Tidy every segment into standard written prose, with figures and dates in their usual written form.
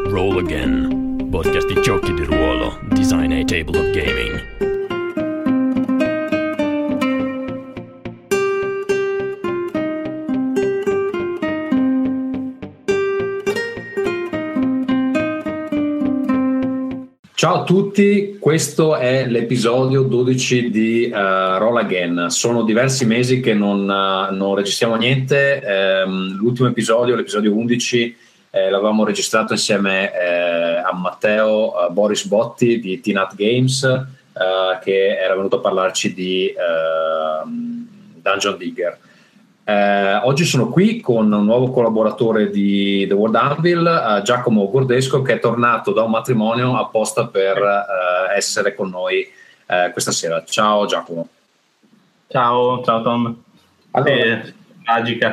Roll Again, podcast di giochi di ruolo, design e tabletop gaming. Ciao a tutti, questo è l'episodio 12 di Roll Again. Sono diversi mesi che non registriamo niente. L'ultimo episodio, l'episodio 11, l'avevamo registrato insieme a Matteo Boris Botti di T-Nut Games, che era venuto a parlarci di Dungeon Digger. Oggi sono qui con un nuovo collaboratore di The World Anvil, Giacomo Gordesco, che è tornato da un matrimonio apposta per essere con noi questa sera. Ciao Giacomo. Ciao Tom. Allora, magica.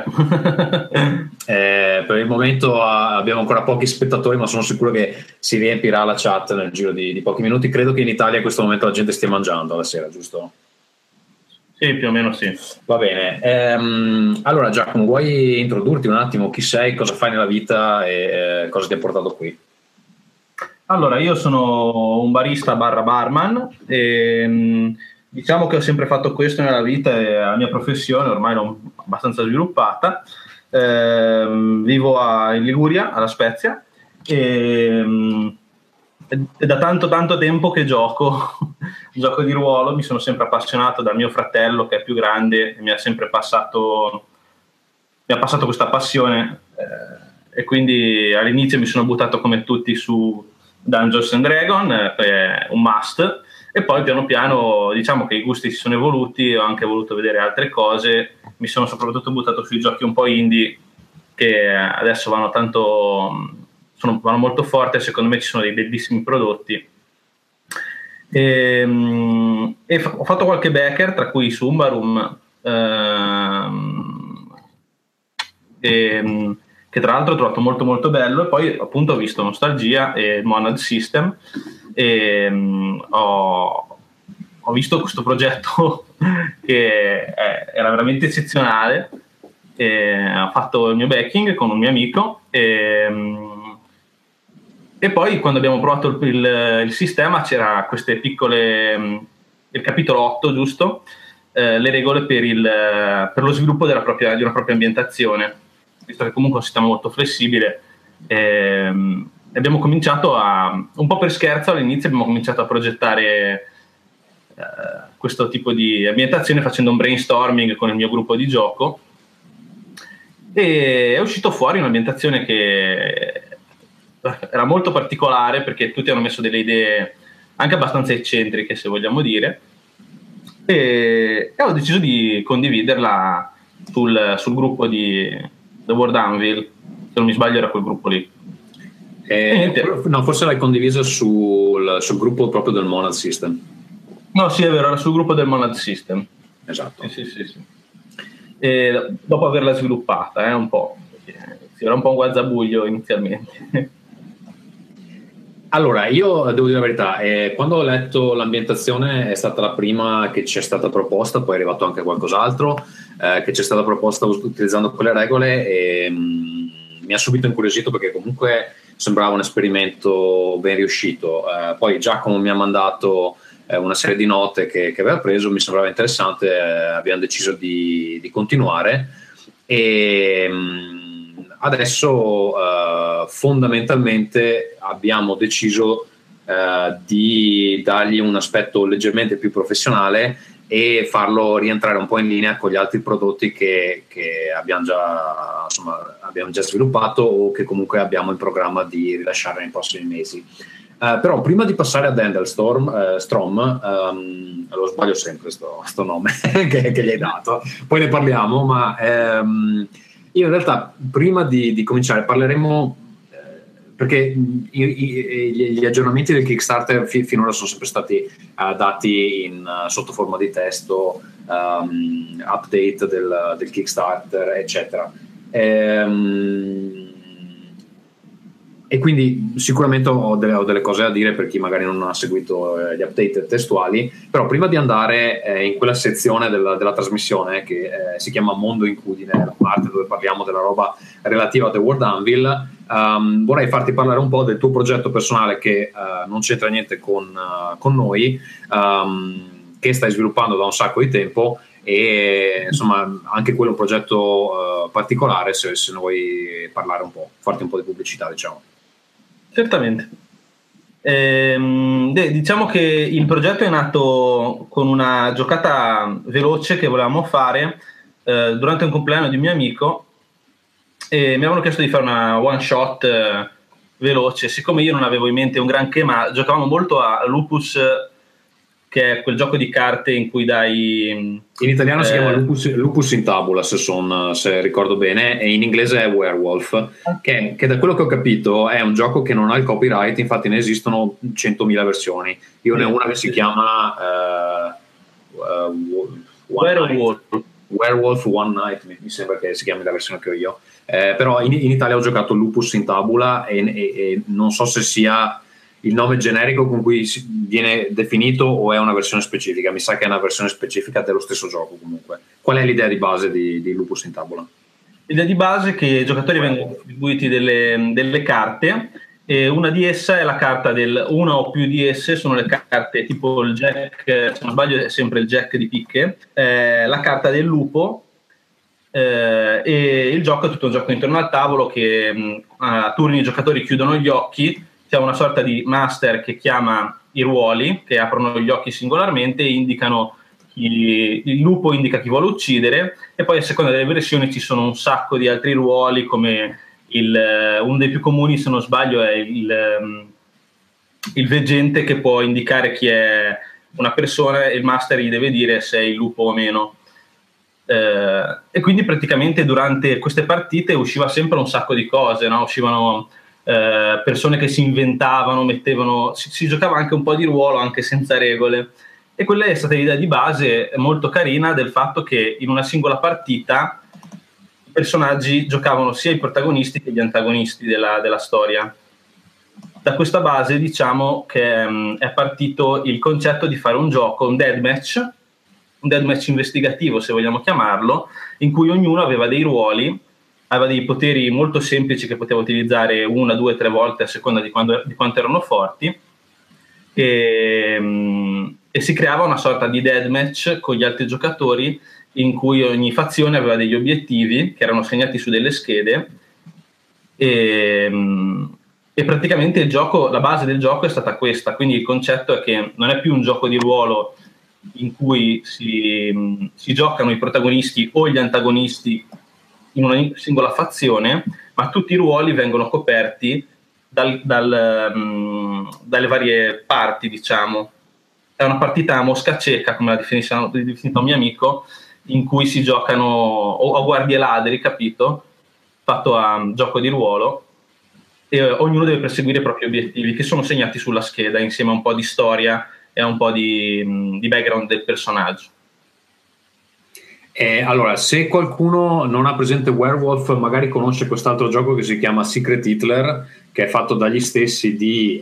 Per il momento abbiamo ancora pochi spettatori, ma sono sicuro che si riempirà la chat nel giro di pochi minuti. Credo che in Italia in questo momento la gente stia mangiando alla sera, giusto? Sì, più o meno sì. Va bene. Allora Giacomo, vuoi introdurti un attimo? Chi sei, cosa fai nella vita e cosa ti ha portato qui? Allora, io sono un barista barra barman e diciamo che ho sempre fatto questo nella vita, è la mia professione, ormai l'ho abbastanza sviluppata. Vivo in Liguria, alla Spezia, e è da tanto tempo che gioco di ruolo. Mi sono sempre appassionato dal mio fratello, che è più grande, e mi ha passato questa passione, e quindi all'inizio mi sono buttato come tutti su Dungeons and Dragons, è un must, e poi piano piano diciamo che i gusti si sono evoluti, ho anche voluto vedere altre cose, mi sono soprattutto buttato sui giochi un po' indie che adesso vanno molto forte. Secondo me ci sono dei bellissimi prodotti e ho fatto qualche backer, tra cui Sumbarum, che tra l'altro ho trovato molto molto bello, e poi appunto ho visto Nostalgia e Monad System e ho visto questo progetto che era veramente eccezionale, e ho fatto il mio backing con un mio amico e poi quando abbiamo provato il sistema c'era queste piccole, il capitolo 8 giusto, le regole per lo sviluppo di una propria ambientazione, visto che comunque è un sistema molto flessibile. Abbiamo cominciato un po' per scherzo all'inizio, abbiamo cominciato a progettare questo tipo di ambientazione facendo un brainstorming con il mio gruppo di gioco, e è uscito fuori un'ambientazione che era molto particolare, perché tutti hanno messo delle idee anche abbastanza eccentriche, se vogliamo dire, e ho deciso di condividerla sul gruppo di The World Anvil. Se non mi sbaglio era quel gruppo lì. No, forse l'hai condiviso sul gruppo proprio del Monad System. No, sì, è vero, era sul gruppo del Monad System. Esatto. Sì. E dopo averla sviluppata un po', era un po' un guazzabuglio inizialmente. Allora, io devo dire la verità, quando ho letto l'ambientazione è stata la prima che ci è stata proposta, poi è arrivato anche qualcos'altro che ci è stata proposta utilizzando quelle regole, e mi ha subito incuriosito, perché comunque sembrava un esperimento ben riuscito. Poi Giacomo mi ha mandato una serie di note che aveva preso, mi sembrava interessante, abbiamo deciso di continuare, e adesso fondamentalmente abbiamo deciso di dargli un aspetto leggermente più professionale e farlo rientrare un po' in linea con gli altri prodotti che abbiamo già sviluppato, o che comunque abbiamo in programma di rilasciare nei prossimi mesi. Però prima di passare a Dendelstorm, lo sbaglio sempre sto nome che gli hai dato, poi ne parliamo, ma io in realtà prima di cominciare parleremo, perché gli aggiornamenti del Kickstarter finora sono sempre stati dati sotto forma di testo, update del Kickstarter, eccetera. E quindi sicuramente ho delle cose da dire per chi magari non ha seguito gli update testuali, però prima di andare in quella sezione della trasmissione che si chiama Mondo Incudine, la parte dove parliamo della roba relativa a The World Anvil, vorrei farti parlare un po' del tuo progetto personale che non c'entra niente con noi, che stai sviluppando da un sacco di tempo, e insomma anche quello è un progetto particolare, se ne vuoi parlare un po', farti un po' di pubblicità, diciamo. Certamente. Diciamo che il progetto è nato con una giocata veloce che volevamo fare durante un compleanno di un mio amico, e mi avevano chiesto di fare una one shot veloce. Siccome io non avevo in mente un granché, ma giocavamo molto a Lupus, che è quel gioco di carte in cui dai... In italiano si chiama Lupus in Tabula, se ricordo bene, e in inglese è Werewolf, che da quello che ho capito è un gioco che non ha il copyright, infatti ne esistono 100.000 versioni. Io ne ho una che si chiama Werewolf One Night, mi sembra che si chiami la versione che ho io, però in Italia ho giocato Lupus in Tabula e non so se sia il nome generico con cui viene definito o è una versione specifica. Mi sa che è una versione specifica dello stesso gioco. Comunque, qual è l'idea di base di Lupus in Tabula? L'idea di base è che i giocatori vengono distribuiti delle carte, e una di esse è la carta una o più di esse sono le carte tipo il jack, se non sbaglio è sempre il jack di picche, la carta del lupo, e il gioco è tutto un gioco intorno al tavolo che a turni i giocatori chiudono gli occhi. C'è una sorta di master che chiama i ruoli, che aprono gli occhi singolarmente e indicano il lupo indica chi vuole uccidere, e poi a seconda delle versioni ci sono un sacco di altri ruoli, come uno dei più comuni, se non sbaglio, è il veggente, che può indicare chi è una persona e il master gli deve dire se è il lupo o meno. E quindi praticamente durante queste partite usciva sempre un sacco di cose, no? Uscivano persone che si inventavano, si giocava anche un po' di ruolo anche senza regole, e quella è stata l'idea di base molto carina del fatto che in una singola partita i personaggi giocavano sia i protagonisti che gli antagonisti della storia. Da questa base diciamo che è partito il concetto di fare un gioco, un deathmatch investigativo, se vogliamo chiamarlo, in cui ognuno aveva dei ruoli, aveva dei poteri molto semplici che poteva utilizzare 1, 2, 3 volte a seconda di quanto erano forti, e si creava una sorta di deathmatch con gli altri giocatori, in cui ogni fazione aveva degli obiettivi che erano segnati su delle schede, e praticamente la base del gioco è stata questa. Quindi il concetto è che non è più un gioco di ruolo in cui si giocano i protagonisti o gli antagonisti in una singola fazione, ma tutti i ruoli vengono coperti dalle varie parti, diciamo. È una partita a mosca cieca, come l'ha definito un mio amico, in cui si giocano o a guardie e ladri, capito? Fatto a gioco di ruolo, e ognuno deve perseguire i propri obiettivi, che sono segnati sulla scheda insieme a un po' di storia e a un po' di background del personaggio. Allora, se qualcuno non ha presente Werewolf, magari conosce quest'altro gioco che si chiama Secret Hitler, che è fatto dagli stessi di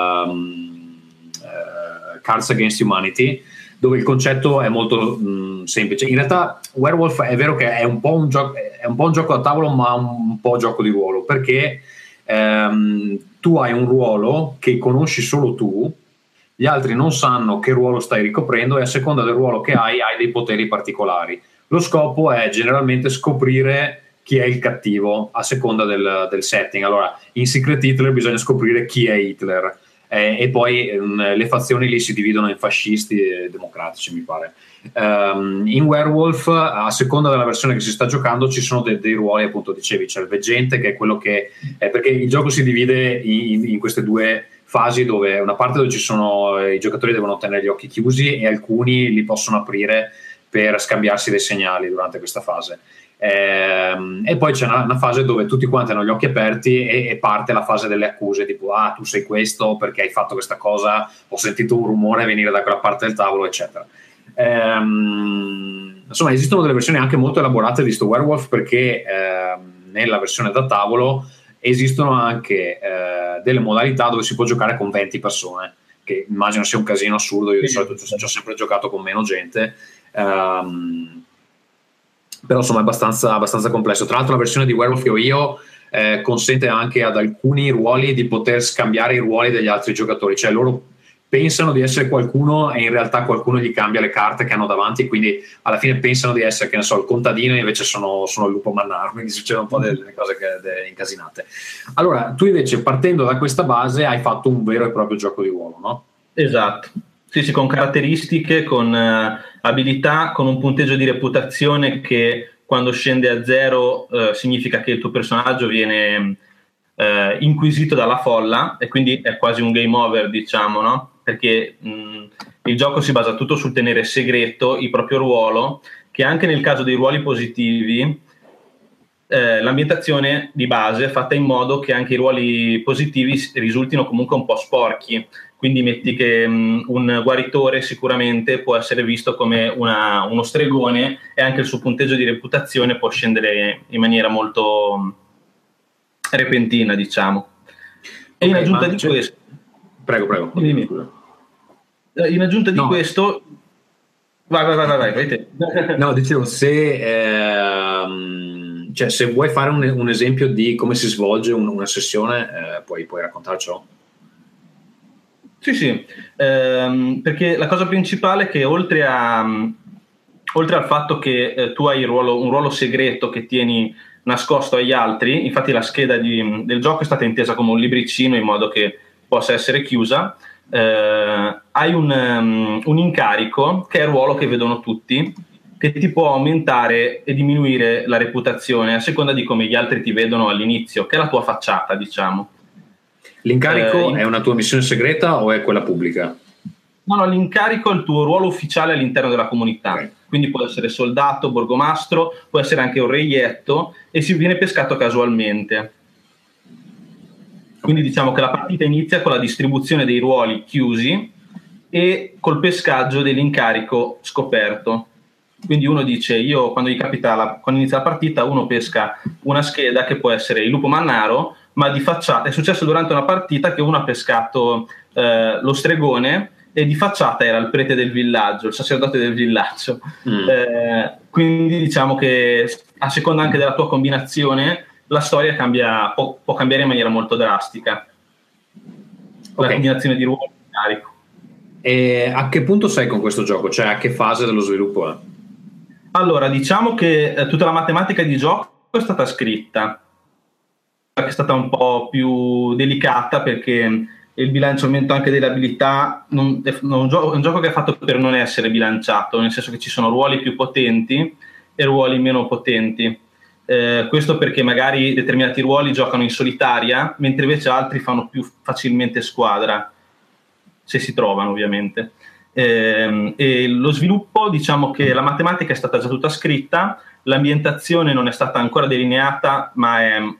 Cards Against Humanity, dove il concetto è molto semplice. In realtà Werewolf è vero che è un po' un gioco da tavolo, ma un po' gioco di ruolo, perché tu hai un ruolo che conosci solo tu, gli altri non sanno che ruolo stai ricoprendo, e a seconda del ruolo che hai dei poteri particolari. Lo scopo è generalmente scoprire chi è il cattivo a seconda del setting. Allora, in Secret Hitler bisogna scoprire chi è Hitler, e poi le fazioni lì si dividono in fascisti e democratici, mi pare. In Werewolf, a seconda della versione che si sta giocando, ci sono dei ruoli, appunto dicevi, c'è il veggente, che è quello che perché il gioco si divide in queste due fasi, dove una parte dove ci sono i giocatori devono tenere gli occhi chiusi e alcuni li possono aprire per scambiarsi dei segnali durante questa fase, e poi c'è una fase dove tutti quanti hanno gli occhi aperti e parte la fase delle accuse, tipo tu sei questo perché hai fatto questa cosa, ho sentito un rumore venire da quella parte del tavolo, eccetera. Insomma, esistono delle versioni anche molto elaborate di sto Werewolf, perché nella versione da tavolo Esistono anche delle modalità dove si può giocare con 20 persone, che immagino sia un casino assurdo. Io di solito ci ho sempre giocato con meno gente, però insomma è abbastanza complesso. Tra l'altro la versione di Werewolf che ho io consente anche ad alcuni ruoli di poter scambiare i ruoli degli altri giocatori, cioè loro pensano di essere qualcuno e in realtà qualcuno gli cambia le carte che hanno davanti, e quindi alla fine pensano di essere, che ne so, il contadino e invece sono il lupo mannaro, quindi succedono un po' delle cose incasinate. Allora, tu invece, partendo da questa base, hai fatto un vero e proprio gioco di ruolo, no? Esatto, sì, con caratteristiche, con abilità, con un punteggio di reputazione che quando scende a 0 significa che il tuo personaggio viene inquisito dalla folla, e quindi è quasi un game over, diciamo, no? Perché il gioco si basa tutto sul tenere segreto il proprio ruolo, che anche nel caso dei ruoli positivi l'ambientazione di base è fatta in modo che anche i ruoli positivi risultino comunque un po' sporchi. Quindi metti che un guaritore sicuramente può essere visto come uno stregone, e anche il suo punteggio di reputazione può scendere in maniera molto repentina, diciamo. E in aggiunta di questo, prego. In aggiunta di questo, vai te. No, dicevo, se vuoi fare un esempio di come si svolge una sessione, puoi raccontarcelo. Sì, perché la cosa principale è che oltre al fatto che tu hai un ruolo segreto che tieni nascosto agli altri, infatti la scheda del gioco è stata intesa come un libricino in modo che possa essere chiusa, hai un incarico che è il ruolo che vedono tutti, che ti può aumentare e diminuire la reputazione a seconda di come gli altri ti vedono all'inizio, che è la tua facciata, diciamo. L'incarico è una tua missione segreta o è quella pubblica? No, l'incarico è il tuo ruolo ufficiale all'interno della comunità. Okay. Quindi può essere soldato, borgomastro, può essere anche un reietto, e si viene pescato casualmente. Quindi diciamo che la partita inizia con la distribuzione dei ruoli chiusi e col pescaggio dell'incarico scoperto. Quindi uno dice, quando inizia la partita, uno pesca una scheda che può essere il lupo mannaro, ma di facciata è successo durante una partita che uno ha pescato lo stregone, e di facciata era il prete del villaggio, il sacerdote del villaggio. Quindi diciamo che a seconda anche della tua combinazione la storia può cambiare in maniera molto drastica. La combinazione di ruolo e carico. E a che punto sei con questo gioco? Cioè, a che fase dello sviluppo è? Allora, diciamo che tutta la matematica di gioco è stata scritta, è stata un po' più delicata perché il bilanciamento anche delle abilità è un gioco che è fatto per non essere bilanciato, nel senso che ci sono ruoli più potenti e ruoli meno potenti. Questo perché magari determinati ruoli giocano in solitaria, mentre invece altri fanno più facilmente squadra, se si trovano ovviamente. E lo sviluppo, diciamo che la matematica è stata già tutta scritta, l'ambientazione non è stata ancora delineata, ma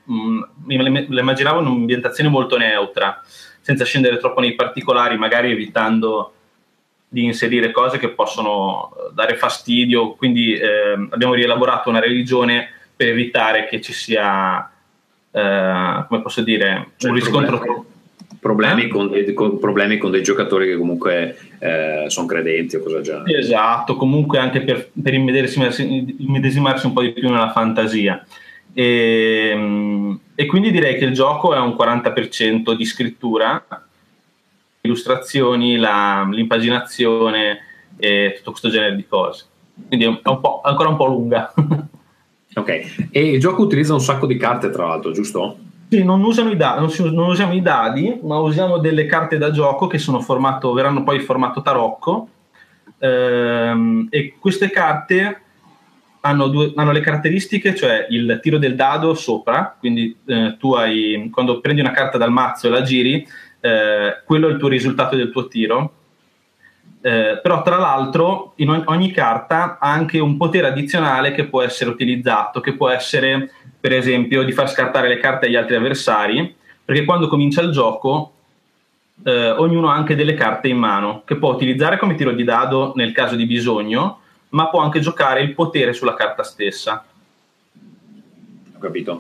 la immaginavo un'ambientazione molto neutra, senza scendere troppo nei particolari, magari evitando di inserire cose che possono dare fastidio. Quindi abbiamo rielaborato una religione per evitare che ci sia, come posso dire, un riscontro problemi con dei giocatori che comunque sono credenti o cosa del genere. Esatto, comunque anche per immedesimarsi un po' di più nella fantasia. E quindi direi che il gioco è un 40% di scrittura, illustrazioni, l'impaginazione e tutto questo genere di cose. Quindi è ancora un po' lunga. Ok, e il gioco utilizza un sacco di carte, tra l'altro, giusto? Sì, non usiamo i dadi, ma usiamo delle carte da gioco che verranno poi in formato tarocco, e queste carte hanno le caratteristiche, cioè il tiro del dado sopra, quindi quando prendi una carta dal mazzo e la giri, quello è il tuo risultato del tuo tiro. Però tra l'altro ogni carta ha anche un potere addizionale che può essere utilizzato, che può essere per esempio di far scartare le carte agli altri avversari, perché quando comincia il gioco ognuno ha anche delle carte in mano che può utilizzare come tiro di dado nel caso di bisogno, ma può anche giocare il potere sulla carta stessa. Ho capito.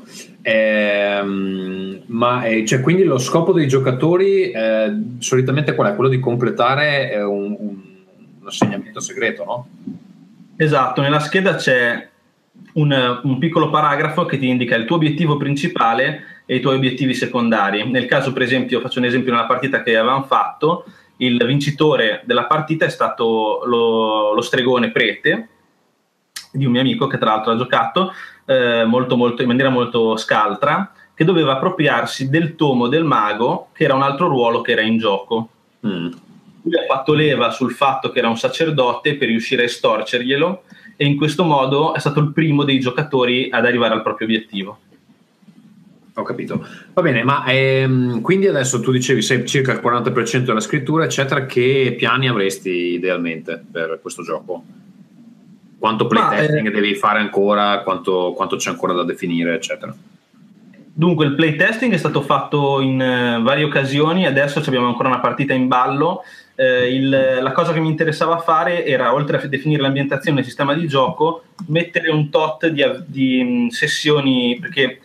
Cioè, quindi lo scopo dei giocatori solitamente qual è? Quello di completare un assegnamento segreto, no? Esatto, nella scheda c'è un piccolo paragrafo che ti indica il tuo obiettivo principale e i tuoi obiettivi secondari. Nel caso, per esempio, faccio un esempio nella partita che avevamo fatto, il vincitore della partita è stato lo stregone prete di un mio amico che tra l'altro ha giocato in maniera molto scaltra, che doveva appropriarsi del tomo del mago, che era un altro ruolo che era in gioco. Lui ha fatto leva sul fatto che era un sacerdote per riuscire a estorcerglielo, e in questo modo è stato il primo dei giocatori ad arrivare al proprio obiettivo. Ho capito. Va bene, ma quindi adesso tu dicevi sei circa il 40% della scrittura, eccetera. Che piani avresti idealmente per questo gioco? Quanto playtesting devi fare ancora? Quanto c'è ancora da definire, eccetera? Dunque, il playtesting è stato fatto in varie occasioni, adesso abbiamo ancora una partita in ballo. La cosa che mi interessava fare era, oltre a definire l'ambientazione e il sistema di gioco, mettere un tot di sessioni, perché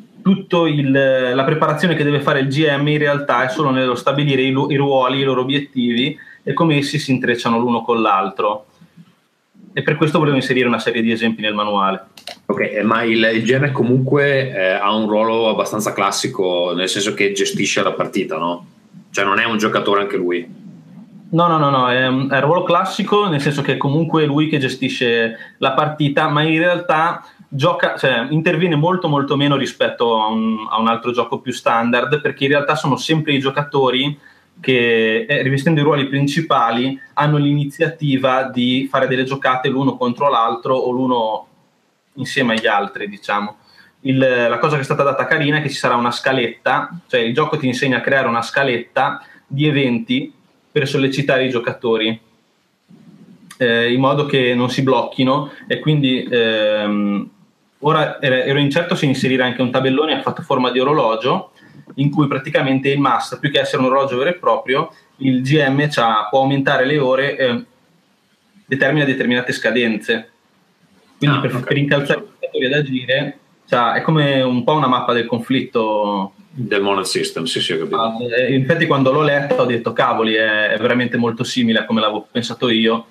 la preparazione che deve fare il GM in realtà è solo nello stabilire i ruoli, i loro obiettivi e come essi si intrecciano l'uno con l'altro, e per questo volevo inserire una serie di esempi nel manuale. Ok, ma il GM comunque ha un ruolo abbastanza classico, nel senso che gestisce la partita, no? Cioè non è un giocatore anche lui? No, è un ruolo classico, nel senso che comunque è lui che gestisce la partita, ma in realtà interviene molto molto meno rispetto a un altro gioco più standard, perché in realtà sono sempre i giocatori che, rivestendo i ruoli principali, hanno l'iniziativa di fare delle giocate l'uno contro l'altro o l'uno insieme agli altri, diciamo. La cosa che è stata data carina è che ci sarà una scaletta, cioè il gioco ti insegna a creare una scaletta di eventi per sollecitare i giocatori, in modo che non si blocchino, e quindi ora ero incerto se inserire anche un tabellone a fatto forma di orologio, in cui praticamente il master, più che essere un orologio vero e proprio, il GM può aumentare le ore e determina determinate scadenze. Quindi per incalzare i giocatori ad agire, è come un po' una mappa del conflitto del Monad System, sì, ho capito. Infatti quando l'ho letto ho detto cavoli, è veramente molto simile a come l'avevo pensato io.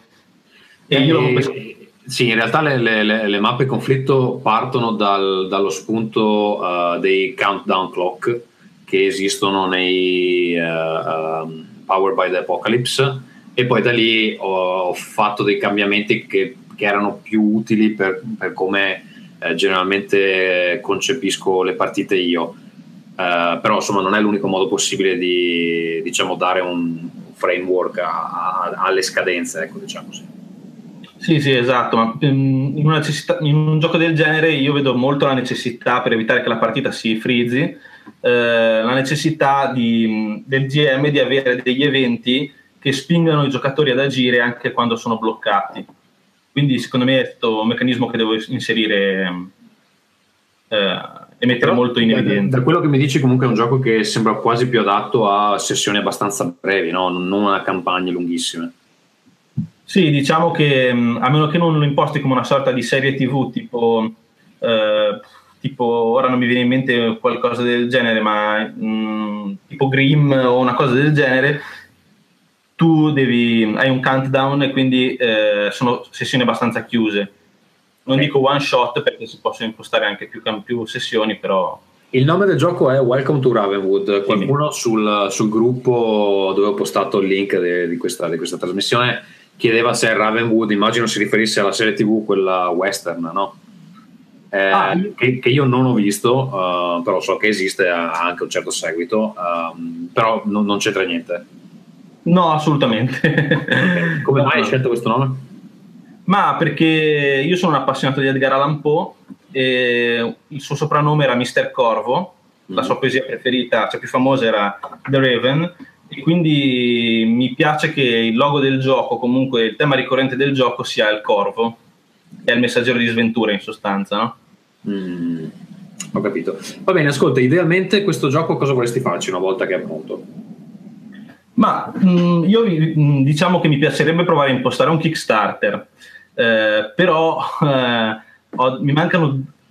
Sì, in realtà le mappe conflitto partono dallo spunto dei countdown clock che esistono nei Powered by the Apocalypse, e poi da lì ho fatto dei cambiamenti che erano più utili per come generalmente concepisco le partite io. Però insomma non è l'unico modo possibile di, diciamo, dare un framework alle scadenze, ecco, diciamo così. Sì, esatto, ma in un gioco del genere io vedo molto la necessità, per evitare che la partita si frizzi, la necessità del GM di avere degli eventi che spingano i giocatori ad agire anche quando sono bloccati. Quindi secondo me è questo un meccanismo che devo inserire e mettere molto in evidenza. Da quello che mi dici comunque è un gioco che sembra quasi più adatto a sessioni abbastanza brevi, no? Non a campagne lunghissime. Sì, diciamo che a meno che non lo imposti come una sorta di serie TV tipo ora non mi viene in mente qualcosa del genere, ma tipo Grimm o una cosa del genere, tu hai un countdown e quindi sono sessioni abbastanza chiuse. Non dico one shot perché si possono impostare anche più sessioni, però. Il nome del gioco è Welcome to Ravenwood. Qualcuno sul gruppo dove ho postato il link di questa trasmissione chiedeva se Ravenwood, immagino si riferisse alla serie TV, quella western, no? Che io non ho visto, però so che esiste, ha anche un certo seguito, però non c'entra niente. No, assolutamente. Come mai hai scelto questo nome? Ma perché io sono un appassionato di Edgar Allan Poe e il suo soprannome era Mr. Corvo, la sua poesia preferita, cioè più famosa, era The Raven, e quindi mi piace che il logo del gioco, comunque il tema ricorrente del gioco, sia il corvo, che è il messaggero di sventura in sostanza, no? Ho capito. Va bene, ascolta, idealmente questo gioco cosa vorresti farci una volta che è pronto? Ma io diciamo che mi piacerebbe provare a impostare un Kickstarter, però mi mancano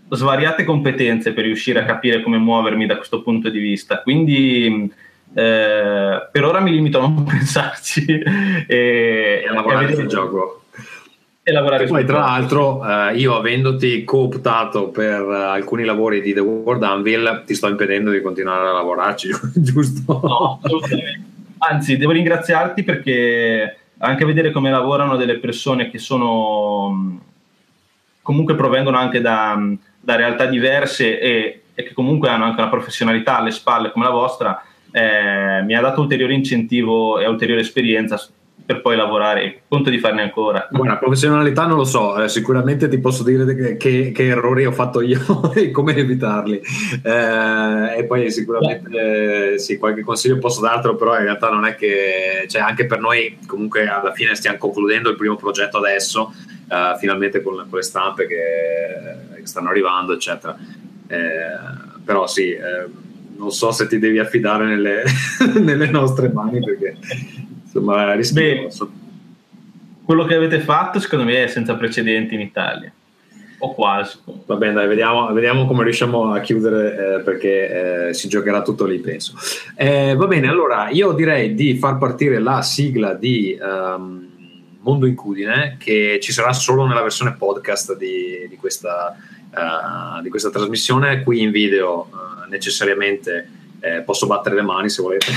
svariate competenze per riuscire a capire come muovermi da questo punto di vista, quindi per ora mi limito a non pensarci e lavorare sul gioco. E lavorare poi tra l'altro io, avendoti cooptato per alcuni lavori di The World Anvil, ti sto impedendo di continuare a lavorarci, giusto? No, assolutamente. Anzi, devo ringraziarti, perché anche vedere come lavorano delle persone che sono comunque provengono anche da realtà diverse e che comunque hanno anche una professionalità alle spalle come la vostra, mi ha dato ulteriore incentivo e ulteriore esperienza per poi lavorare, e conto di farne ancora. Buona professionalità non lo so, sicuramente ti posso dire che errori ho fatto io e come evitarli, e poi sicuramente sì, qualche consiglio posso dartelo, però in realtà non è che, cioè, anche per noi comunque alla fine stiamo concludendo il primo progetto adesso, finalmente con le stampe che stanno arrivando eccetera, però sì, non so se ti devi affidare nelle nostre mani, perché insomma è rischioso. Quello che avete fatto secondo me è senza precedenti in Italia, o quasi. Va bene, dai, vediamo come riusciamo a chiudere, perché si giocherà tutto lì, penso. Va bene, allora io direi di far partire la sigla di Mondo Incudine, che ci sarà solo nella versione podcast di questa trasmissione. Qui in video necessariamente posso battere le mani se volete.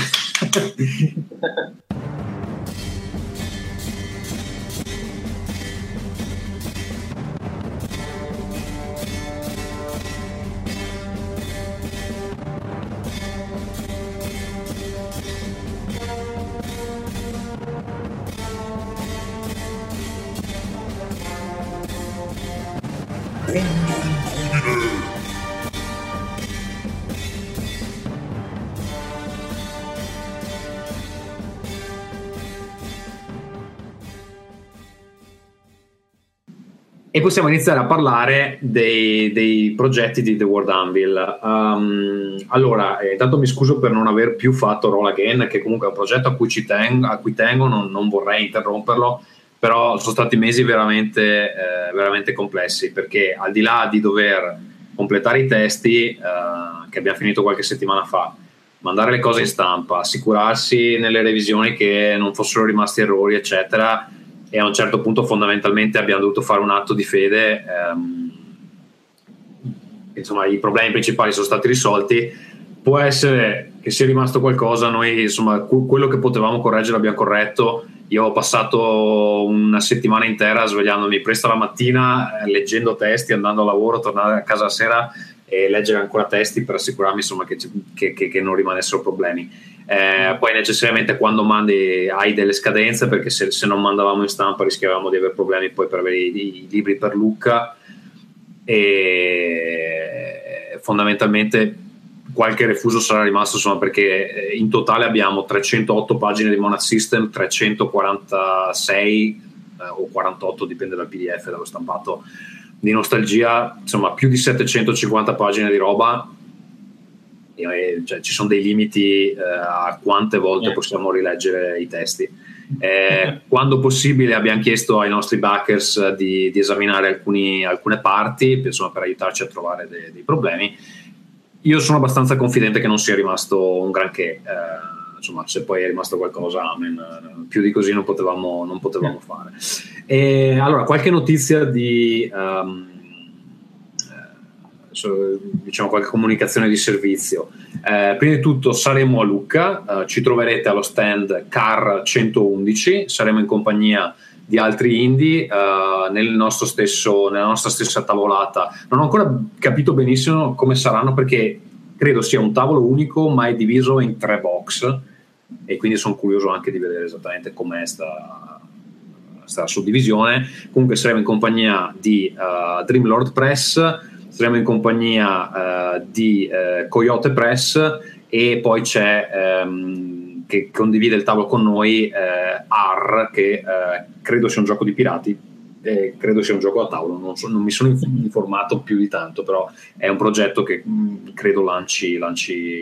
E possiamo iniziare a parlare dei progetti di The World Anvil. Allora, intanto mi scuso per non aver più fatto Roll Again, che comunque è un progetto a cui tengo, non vorrei interromperlo, però sono stati mesi veramente, veramente complessi, perché al di là di dover completare i testi, che abbiamo finito qualche settimana fa, mandare le cose in stampa, assicurarsi nelle revisioni che non fossero rimasti errori, eccetera, e a un certo punto fondamentalmente abbiamo dovuto fare un atto di fede, insomma i problemi principali sono stati risolti. Può essere che sia rimasto qualcosa, noi insomma quello che potevamo correggere l'abbiamo corretto. Io ho passato una settimana intera svegliandomi presto la mattina, leggendo testi, andando a lavoro, tornare a casa la sera e leggere ancora testi per assicurarmi insomma che non rimanessero problemi. Poi necessariamente quando mandi hai delle scadenze, perché se non mandavamo in stampa rischiavamo di avere problemi poi per avere i libri per Lucca, e fondamentalmente qualche refuso sarà rimasto, insomma, perché in totale abbiamo 308 pagine di Monad System, 346 o 48, dipende dal PDF, dallo stampato di Nostalgia, insomma più di 750 pagine di roba. Cioè, ci sono dei limiti a quante volte possiamo rileggere i testi. Quando possibile abbiamo chiesto ai nostri backers di esaminare alcune parti, insomma, per aiutarci a trovare dei problemi. Io sono abbastanza confidente che non sia rimasto un granché, insomma, se poi è rimasto qualcosa, amen, più di così non potevamo fare. E allora, qualche notizia diciamo qualche comunicazione di servizio. Prima di tutto saremo a Lucca, ci troverete allo stand CAR 111, saremo in compagnia di altri indie nella nostra stessa tavolata. Non ho ancora capito benissimo come saranno, perché credo sia un tavolo unico ma è diviso in 3 box, e quindi sono curioso anche di vedere esattamente com'è sta suddivisione. Comunque saremo in compagnia di Dreamlord Press, saremo in compagnia di Coyote Press, e poi c'è che condivide il tavolo con noi AR, che credo sia un gioco di pirati, credo sia un gioco a tavolo, non mi sono informato più di tanto, però è un progetto che credo lancerà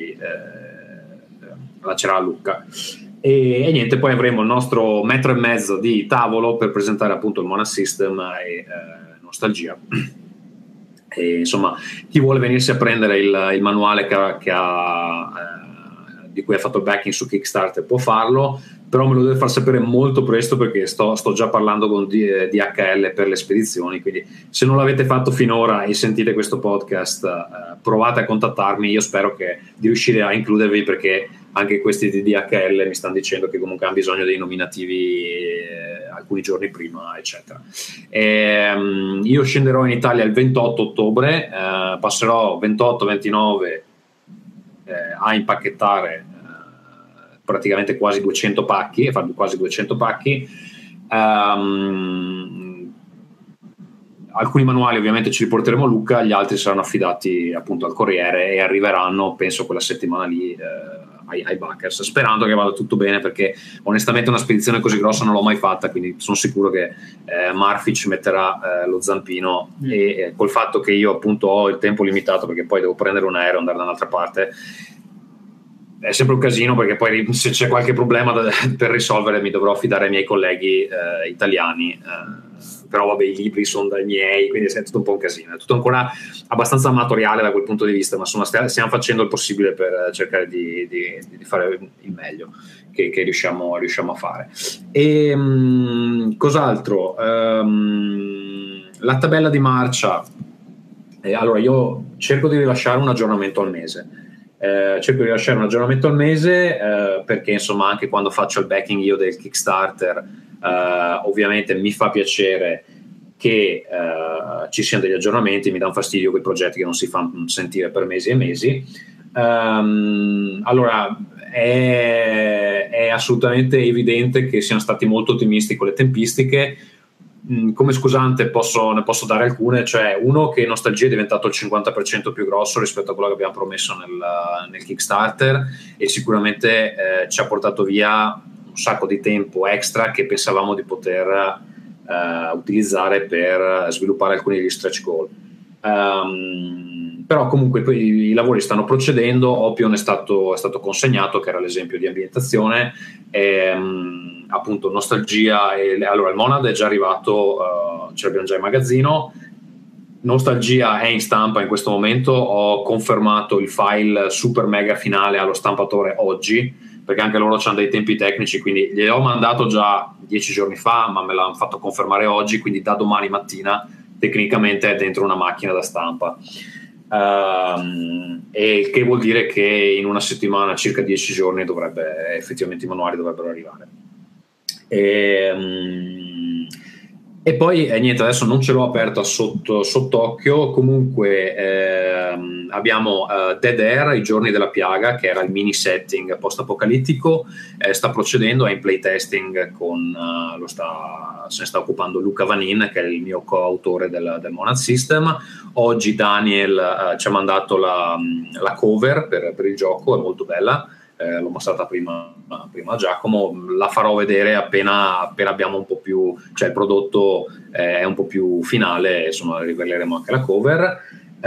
a Lucca. E niente, poi avremo il nostro metro e mezzo di tavolo per presentare appunto il Monad System e Nostalgia. E, insomma, chi vuole venirsi a prendere il manuale di cui ha fatto il backing su Kickstarter può farlo, però me lo deve far sapere molto presto, perché sto già parlando con DHL per le spedizioni, quindi se non l'avete fatto finora e sentite questo podcast, provate a contattarmi. Io spero di riuscire a includervi, perché anche questi di DHL mi stanno dicendo che comunque hanno bisogno dei nominativi alcuni giorni prima, eccetera. Io scenderò in Italia il 28 ottobre, passerò 28-29 a impacchettare praticamente quasi 200 pacchi, e farò quasi 200 pacchi. Alcuni manuali ovviamente ce li porteremo a Lucca, gli altri saranno affidati appunto al corriere e arriveranno, penso, quella settimana lì ai backers, sperando che vada tutto bene, perché onestamente una spedizione così grossa non l'ho mai fatta, quindi sono sicuro che Murphy ci metterà lo zampino, e col fatto che io appunto ho il tempo limitato, perché poi devo prendere un aereo e andare da un'altra parte, è sempre un casino, perché poi se c'è qualche problema per risolvere mi dovrò affidare ai miei colleghi italiani, però vabbè, i libri sono dai miei, quindi è tutto un po' un casino, è tutto ancora abbastanza amatoriale da quel punto di vista, ma insomma stiamo facendo il possibile per cercare di fare il meglio che riusciamo a fare. E cos'altro? La tabella di marcia, allora io cerco di rilasciare un aggiornamento al mese. Perché insomma anche quando faccio il backing io del Kickstarter, ovviamente mi fa piacere che ci siano degli aggiornamenti, mi dà un fastidio quei progetti che non si fanno sentire per mesi e mesi. Allora è assolutamente evidente che siamo stati molto ottimisti con le tempistiche. Come scusante ne posso dare alcune, cioè uno, che Nostalgia è diventato il 50% più grosso rispetto a quello che abbiamo promesso nel Kickstarter, e sicuramente ci ha portato via un sacco di tempo extra che pensavamo di poter utilizzare per sviluppare alcuni degli stretch goal. Però comunque i lavori stanno procedendo. Opion è stato consegnato, che era l'esempio di ambientazione, appunto Nostalgia, allora il Monad è già arrivato, ce l'abbiamo già in magazzino. Nostalgia è in stampa in questo momento, ho confermato il file super mega finale allo stampatore oggi, perché anche loro hanno dei tempi tecnici, quindi gliel'ho mandato già 10 giorni fa, ma me l'hanno fatto confermare oggi, quindi da domani mattina tecnicamente è dentro una macchina da stampa. E che vuol dire che in una settimana, circa 10 giorni, effettivamente i manuali dovrebbero arrivare. E poi niente, adesso non ce l'ho aperta sott'occhio. Comunque abbiamo Dead Air, i giorni della piaga, che era il mini setting post apocalittico, sta procedendo, è in playtesting se ne sta occupando Luca Vanin, che è il mio coautore del Monad System. Oggi Daniel ci ha mandato la cover per il gioco, è molto bella. L'ho mostrata prima a Giacomo, la farò vedere appena abbiamo un po' più, cioè il prodotto è un po' più finale, insomma riveleremo anche la cover.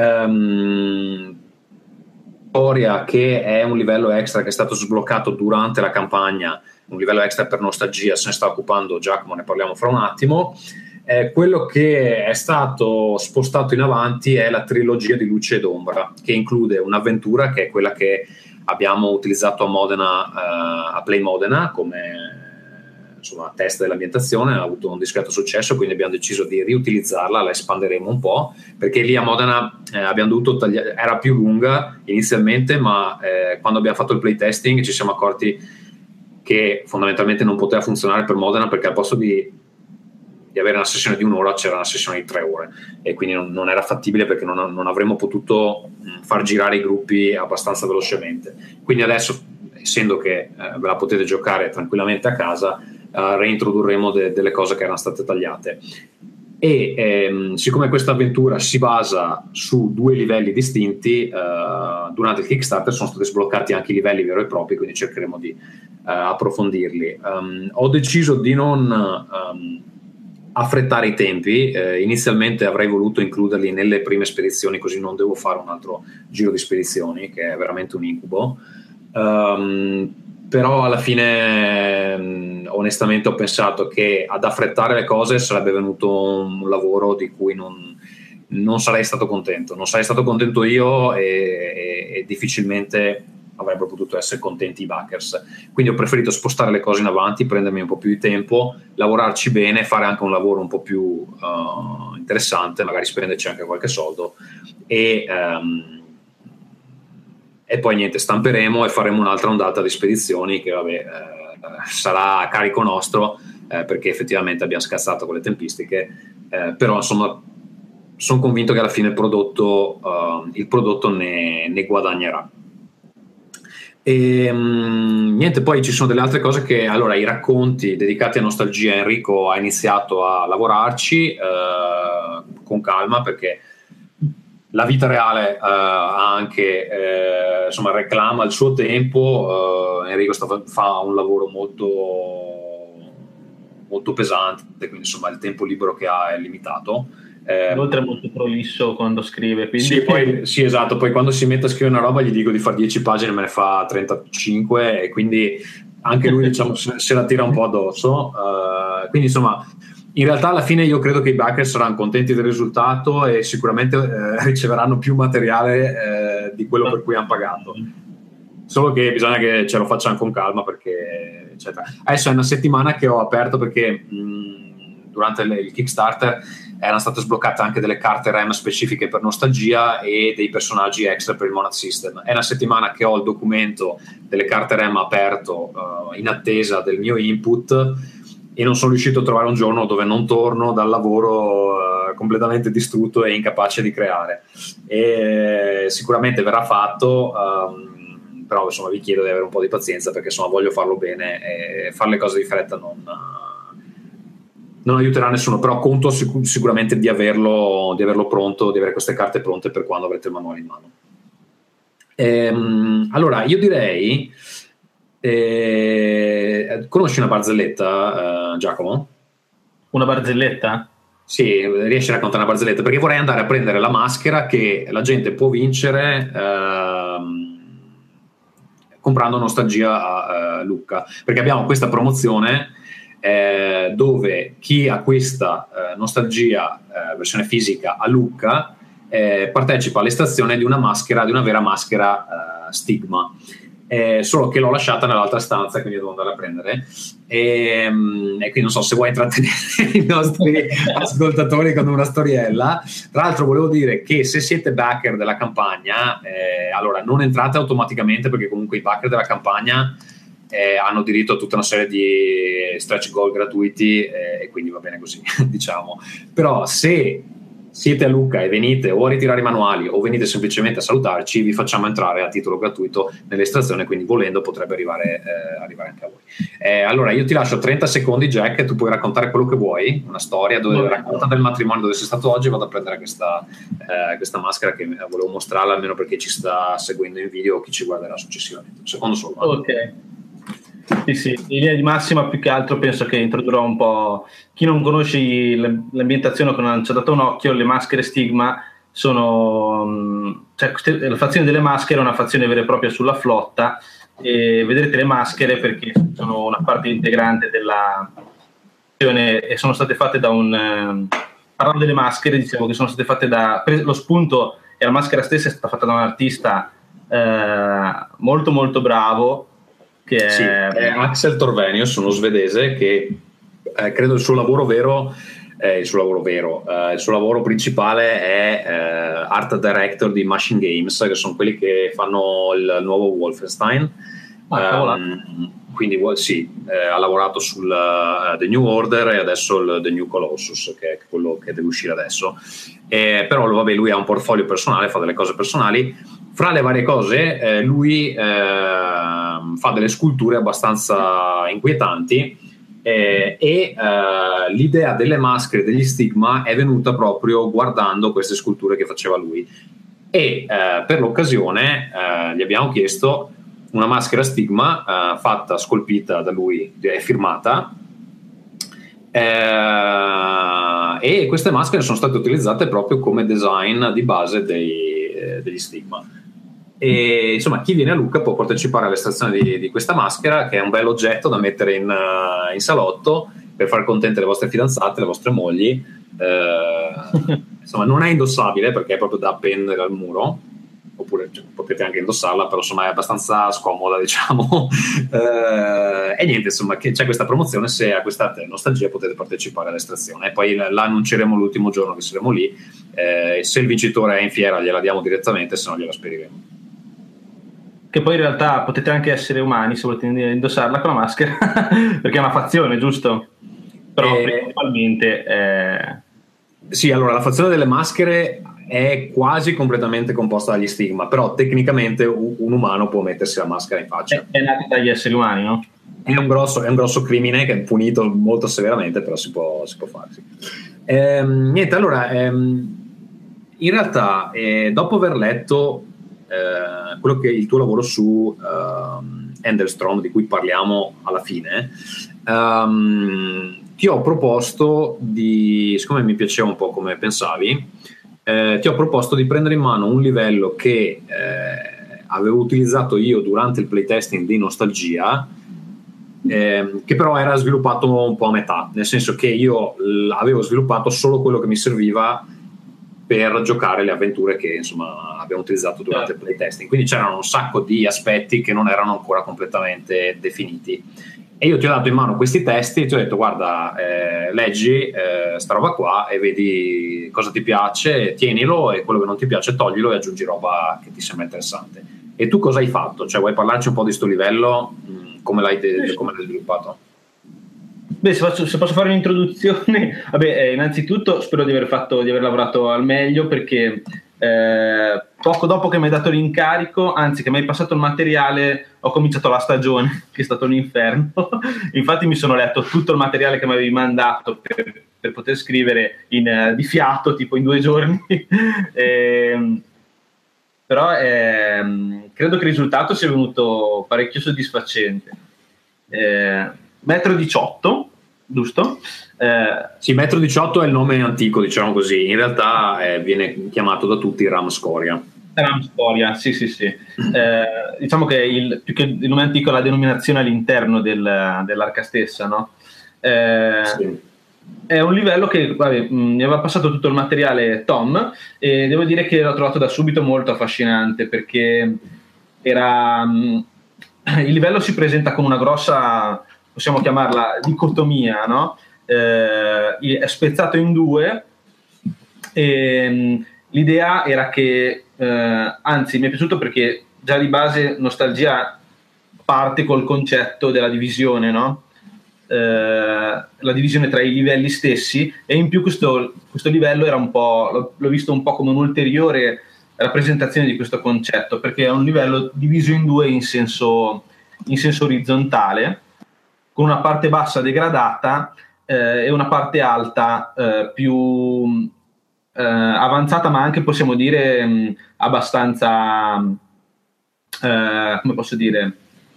Storia, che è un livello extra che è stato sbloccato durante la campagna, un livello extra per Nostalgia, se ne sta occupando Giacomo, ne parliamo fra un attimo. Quello che è stato spostato in avanti è la trilogia di Luce ed Ombra, che include un'avventura che è quella che abbiamo utilizzato a Modena, a Play Modena, come insomma test dell'ambientazione, ha avuto un discreto successo, quindi abbiamo deciso di riutilizzarla, la espanderemo un po', perché lì a Modena abbiamo dovuto tagliare, era più lunga inizialmente, ma quando abbiamo fatto il playtesting ci siamo accorti che fondamentalmente non poteva funzionare per Modena, perché al posto di avere una sessione di un'ora c'era una sessione di 3 ore, e quindi non era fattibile, perché non avremmo potuto far girare i gruppi abbastanza velocemente. Quindi adesso, essendo che ve la potete giocare tranquillamente a casa, reintrodurremo delle cose che erano state tagliate. E siccome questa avventura si basa su 2 livelli distinti, durante il Kickstarter sono stati sbloccati anche i livelli veri e propri, quindi cercheremo di approfondirli. Ho deciso di non affrettare i tempi. Inizialmente avrei voluto includerli nelle prime spedizioni, così non devo fare un altro giro di spedizioni, che è veramente un incubo. Però alla fine onestamente ho pensato che ad affrettare le cose sarebbe venuto un lavoro di cui non non sarei stato contento io e difficilmente avrebbero potuto essere contenti i backers. Quindi ho preferito spostare le cose in avanti, prendermi un po' più di tempo, lavorarci bene, fare anche un lavoro un po' più interessante, magari spenderci anche qualche soldo e poi niente, stamperemo e faremo un'altra ondata di spedizioni che sarà a carico nostro, perché effettivamente abbiamo scazzato con le tempistiche, però insomma sono convinto che alla fine il prodotto ne guadagnerà. E niente, poi ci sono delle altre cose che, allora, i racconti dedicati a nostalgia, Enrico ha iniziato a lavorarci con calma, perché la vita reale ha anche insomma reclama il suo tempo. Enrico fa un lavoro molto molto pesante, quindi insomma il tempo libero che ha è limitato. Inoltre è molto prolisso quando scrive, quindi... Sì, esatto, poi quando si mette a scrivere una roba gli dico di fare 10 pagine, me ne fa 35 e quindi anche lui diciamo se la tira un po' addosso, quindi insomma in realtà alla fine io credo che i backer saranno contenti del risultato e sicuramente riceveranno più materiale di quello per cui hanno pagato, solo che bisogna che ce lo facciano con calma, perché eccetera. Adesso è una settimana che ho aperto perché durante il Kickstarter erano state sbloccate anche delle carte RAM specifiche per nostalgia e dei personaggi extra per il Monad System. È una settimana che ho il documento delle carte RAM aperto in attesa del mio input e non sono riuscito a trovare un giorno dove non torno dal lavoro completamente distrutto e incapace di creare. E sicuramente verrà fatto, però insomma vi chiedo di avere un po' di pazienza, perché insomma voglio farlo bene e fare le cose di fretta non aiuterà nessuno, però conto sicuramente di averlo pronto, di avere queste carte pronte per quando avrete il manuale in mano. Allora io direi conosci una barzelletta, Giacomo? Una barzelletta? Sì, riesci a raccontare una barzelletta, perché vorrei andare a prendere la maschera che la gente può vincere comprando nostalgia a Lucca, perché abbiamo questa promozione dove chi acquista nostalgia versione fisica a Lucca partecipa all'estrazione di una vera maschera Stigma, solo che l'ho lasciata nell'altra stanza, quindi devo andare a prendere e quindi non so se vuoi intrattenere i nostri ascoltatori con una storiella. Tra l'altro volevo dire che se siete backer della campagna, allora non entrate automaticamente, perché comunque i backer della campagna hanno diritto a tutta una serie di stretch goal gratuiti e quindi va bene così diciamo. Però se siete a Lucca e venite o a ritirare i manuali o venite semplicemente a salutarci, vi facciamo entrare a titolo gratuito nell'estrazione, quindi volendo potrebbe arrivare anche a voi. Allora io ti lascio 30 secondi, Jack, tu puoi raccontare quello che vuoi, una storia dove racconta del matrimonio dove sei stato oggi. Vado a prendere questa maschera che volevo mostrarla, almeno perché ci sta seguendo in video o chi ci guarderà successivamente. Un secondo solo. Ok. Sì, in linea di massima più che altro penso che introdurrò un po' chi non conosce l'ambientazione, che non ci ha dato un occhio. Le maschere Stigma sono la fazione delle maschere è una fazione vera e propria sulla flotta, e vedrete le maschere perché sono una parte integrante della fazione e sono state fatte parlando delle maschere, dicevo che sono state fatte lo spunto e la maschera stessa è stata fatta da un artista molto molto bravo, che è Axel Torvenius, uno svedese che credo il suo lavoro principale è art director di Machine Games, che sono quelli che fanno il nuovo Wolfenstein. Quindi sì, ha lavorato sul The New Order e adesso il The New Colossus, che è quello che deve uscire adesso. Però vabbè, lui ha un portfolio personale, fa delle cose personali. Fra le varie cose lui fa delle sculture abbastanza inquietanti e l'idea delle maschere degli Stigma è venuta proprio guardando queste sculture che faceva lui, e per l'occasione gli abbiamo chiesto una maschera Stigma fatta, scolpita da lui, è firmata, e queste maschere sono state utilizzate proprio come design di base degli Stigma. E insomma, chi viene a Lucca può partecipare all'estrazione di questa maschera, che è un bel oggetto da mettere in salotto per far contente le vostre fidanzate, le vostre mogli, insomma non è indossabile perché è proprio da appendere al muro, oppure potete anche indossarla, però insomma è abbastanza scomoda, diciamo. E niente, insomma, che c'è questa promozione, se acquistate Nostalgia potete partecipare all'estrazione, e poi la annunceremo l'ultimo giorno che saremo lì. Se il vincitore è in fiera gliela diamo direttamente, se no gliela spediremo. Che poi in realtà potete anche essere umani se volete indossarla con la maschera, perché è una fazione, giusto? Però principalmente sì, allora la fazione delle maschere è quasi completamente composta dagli stigma, però tecnicamente un umano può mettersi la maschera in faccia. È nato dagli esseri umani, no? È un grosso crimine che è punito molto severamente, però si può fare, sì. Niente, allora in realtà dopo aver letto quello che è il tuo lavoro su Enderstrom, di cui parliamo alla fine, ti ho proposto siccome mi piaceva un po' come pensavi, ti ho proposto di prendere in mano un livello che avevo utilizzato io durante il playtesting di Nostalgia, che però era sviluppato un po' a metà, nel senso che io avevo sviluppato solo quello che mi serviva per giocare le avventure che insomma abbiamo utilizzato durante il playtesting, quindi c'erano un sacco di aspetti che non erano ancora completamente definiti, e io ti ho dato in mano questi testi e ti ho detto guarda, leggi sta roba qua e vedi cosa ti piace, tienilo, e quello che non ti piace toglilo e aggiungi roba che ti sembra interessante. E tu cosa hai fatto? Cioè, vuoi parlarci un po' di sto livello? Come l'hai sviluppato? Beh, se posso fare un'introduzione, vabbè, innanzitutto spero di aver lavorato al meglio, perché poco dopo che mi hai dato l'incarico, anzi che mi hai passato il materiale, ho cominciato la stagione, che è stato un inferno. Infatti mi sono letto tutto il materiale che mi avevi mandato per poter scrivere di fiato, tipo in 2 giorni. Però credo che il risultato sia venuto parecchio soddisfacente. 1,18 m, giusto? Sì, 1,18 m è il nome antico, diciamo così. In realtà viene chiamato da tutti Ram Scoria. Ram Scoria, sì. Diciamo che più che il nome antico è la denominazione all'interno dell'arca stessa, no? Sì. È un livello che mi aveva passato tutto il materiale Tom, e devo dire che l'ho trovato da subito molto affascinante, perché il livello si presenta con una grossa, possiamo chiamarla dicotomia, no? È spezzato in 2, e l'idea era che anzi mi è piaciuto perché già di base Nostalgia parte col concetto della divisione, no? La divisione tra i livelli stessi, e in più questo livello era un po', l'ho visto un po' come un'ulteriore rappresentazione di questo concetto, perché è un livello diviso in 2 in senso orizzontale, con una parte bassa degradata e una parte alta più avanzata, ma anche possiamo dire abbastanza come posso dire,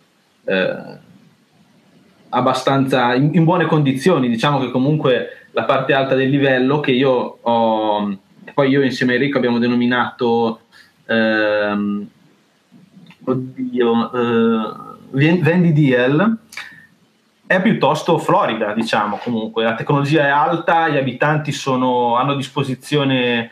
abbastanza in buone condizioni. Diciamo che comunque la parte alta del livello, che poi io insieme a Enrico abbiamo denominato VendiDL, è piuttosto florida, diciamo. Comunque la tecnologia è alta, gli abitanti hanno a disposizione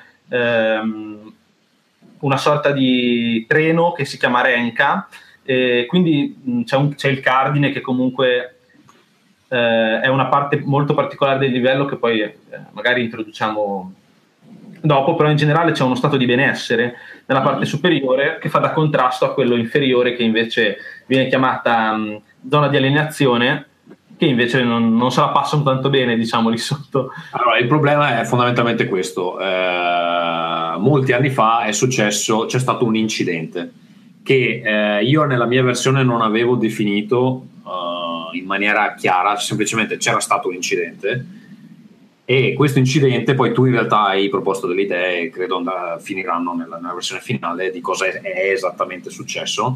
una sorta di treno che si chiama Renka, quindi c'è il cardine, che comunque è una parte molto particolare del livello che poi magari introduciamo dopo, però in generale c'è uno stato di benessere nella parte superiore che fa da contrasto a quello inferiore, che invece viene chiamata zona di alienazione, che invece non se la passano tanto bene, diciamo, lì sotto. Allora, il problema è fondamentalmente questo. Molti anni fa c'è stato un incidente che io nella mia versione non avevo definito in maniera chiara, semplicemente c'era stato un incidente, e questo incidente poi tu in realtà hai proposto delle idee, credo finiranno nella versione finale, di cosa è esattamente successo.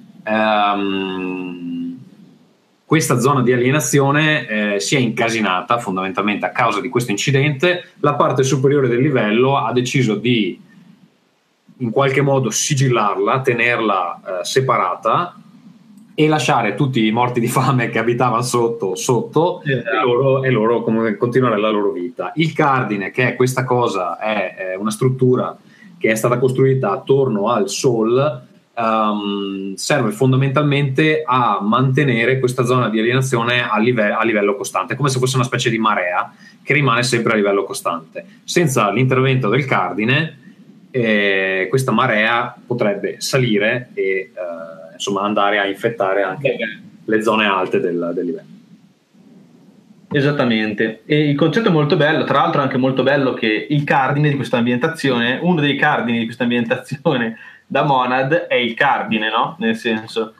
Questa zona di alienazione si è incasinata fondamentalmente a causa di questo incidente. La parte superiore del livello ha deciso di in qualche modo sigillarla, tenerla separata, e lasciare tutti i morti di fame che abitavano sotto e loro continuare la loro vita. Il cardine, che è questa cosa, è una struttura che è stata costruita attorno al Sol, serve fondamentalmente a mantenere questa zona di alienazione a livello costante, come se fosse una specie di marea che rimane sempre a livello costante. Senza l'intervento del cardine questa marea potrebbe salire e insomma andare a infettare anche le zone alte del livello. Esattamente, e il concetto è molto bello, tra l'altro è anche molto bello che il cardine di questa ambientazione, uno dei cardini di questa ambientazione da Monad è il cardine, no? Nel senso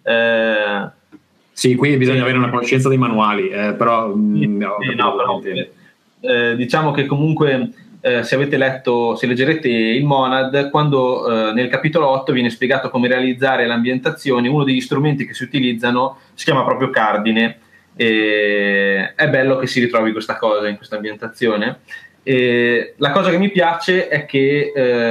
sì, qui bisogna avere una conoscenza dei manuali, però diciamo che comunque se avete letto, se leggerete il Monad, quando nel capitolo 8 viene spiegato come realizzare l'ambientazione, uno degli strumenti che si utilizzano si chiama proprio cardine, e è bello che si ritrovi questa cosa in questa ambientazione. E la cosa che mi piace è che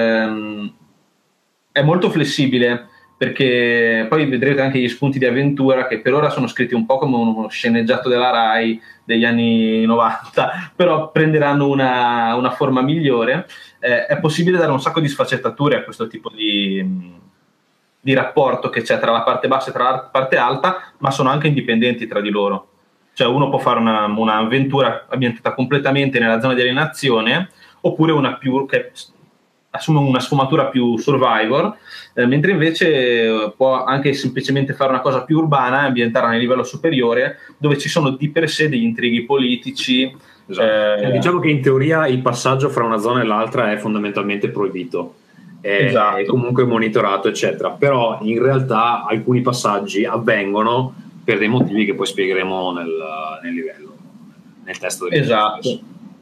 è molto flessibile, perché poi vedrete anche gli spunti di avventura che per ora sono scritti un po' come uno sceneggiato della Rai degli anni 90, però prenderanno una forma migliore. È possibile dare un sacco di sfaccettature a questo tipo di rapporto che c'è tra la parte bassa e tra la parte alta, ma sono anche indipendenti tra di loro. Cioè uno può fare un'avventura ambientata completamente nella zona di alienazione, oppure una più che assume una sfumatura più survivor, mentre invece può anche semplicemente fare una cosa più urbana e ambientarla nel livello superiore, dove ci sono di per sé degli intrighi politici. Esatto. Diciamo che in teoria il passaggio fra una zona e l'altra è fondamentalmente proibito, esatto. È comunque monitorato eccetera, però in realtà alcuni passaggi avvengono per dei motivi che poi spiegheremo nel livello, nel testo del esatto.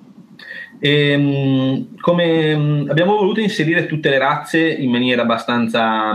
Come abbiamo voluto inserire tutte le razze in maniera abbastanza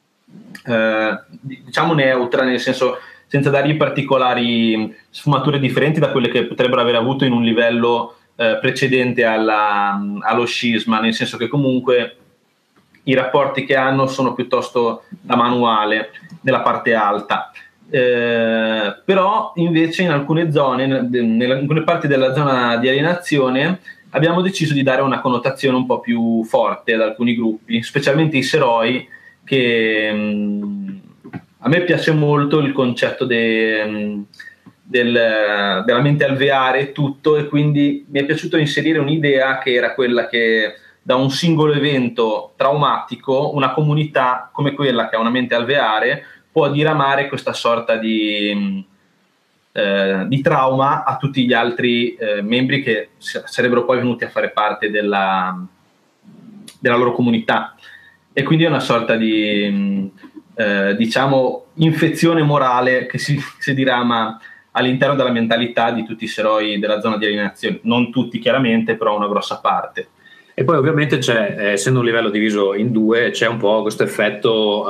diciamo neutra, nel senso senza dargli particolari sfumature differenti da quelle che potrebbero aver avuto in un livello precedente allo scisma, nel senso che comunque i rapporti che hanno sono piuttosto da manuale nella parte alta. Però invece in alcune zone, in alcune parti della zona di alienazione, abbiamo deciso di dare una connotazione un po' più forte ad alcuni gruppi, specialmente i seroi, che a me piace molto il concetto della mente alveare e tutto, e quindi mi è piaciuto inserire un'idea che era quella che da un singolo evento traumatico una comunità come quella che ha una mente alveare può diramare questa sorta di trauma a tutti gli altri membri che sarebbero poi venuti a fare parte della loro comunità, e quindi è una sorta di diciamo infezione morale che si dirama all'interno della mentalità di tutti i seroi della zona di alienazione, non tutti chiaramente, però una grossa parte. E poi ovviamente c'è, essendo un livello diviso in due, c'è un po' questo effetto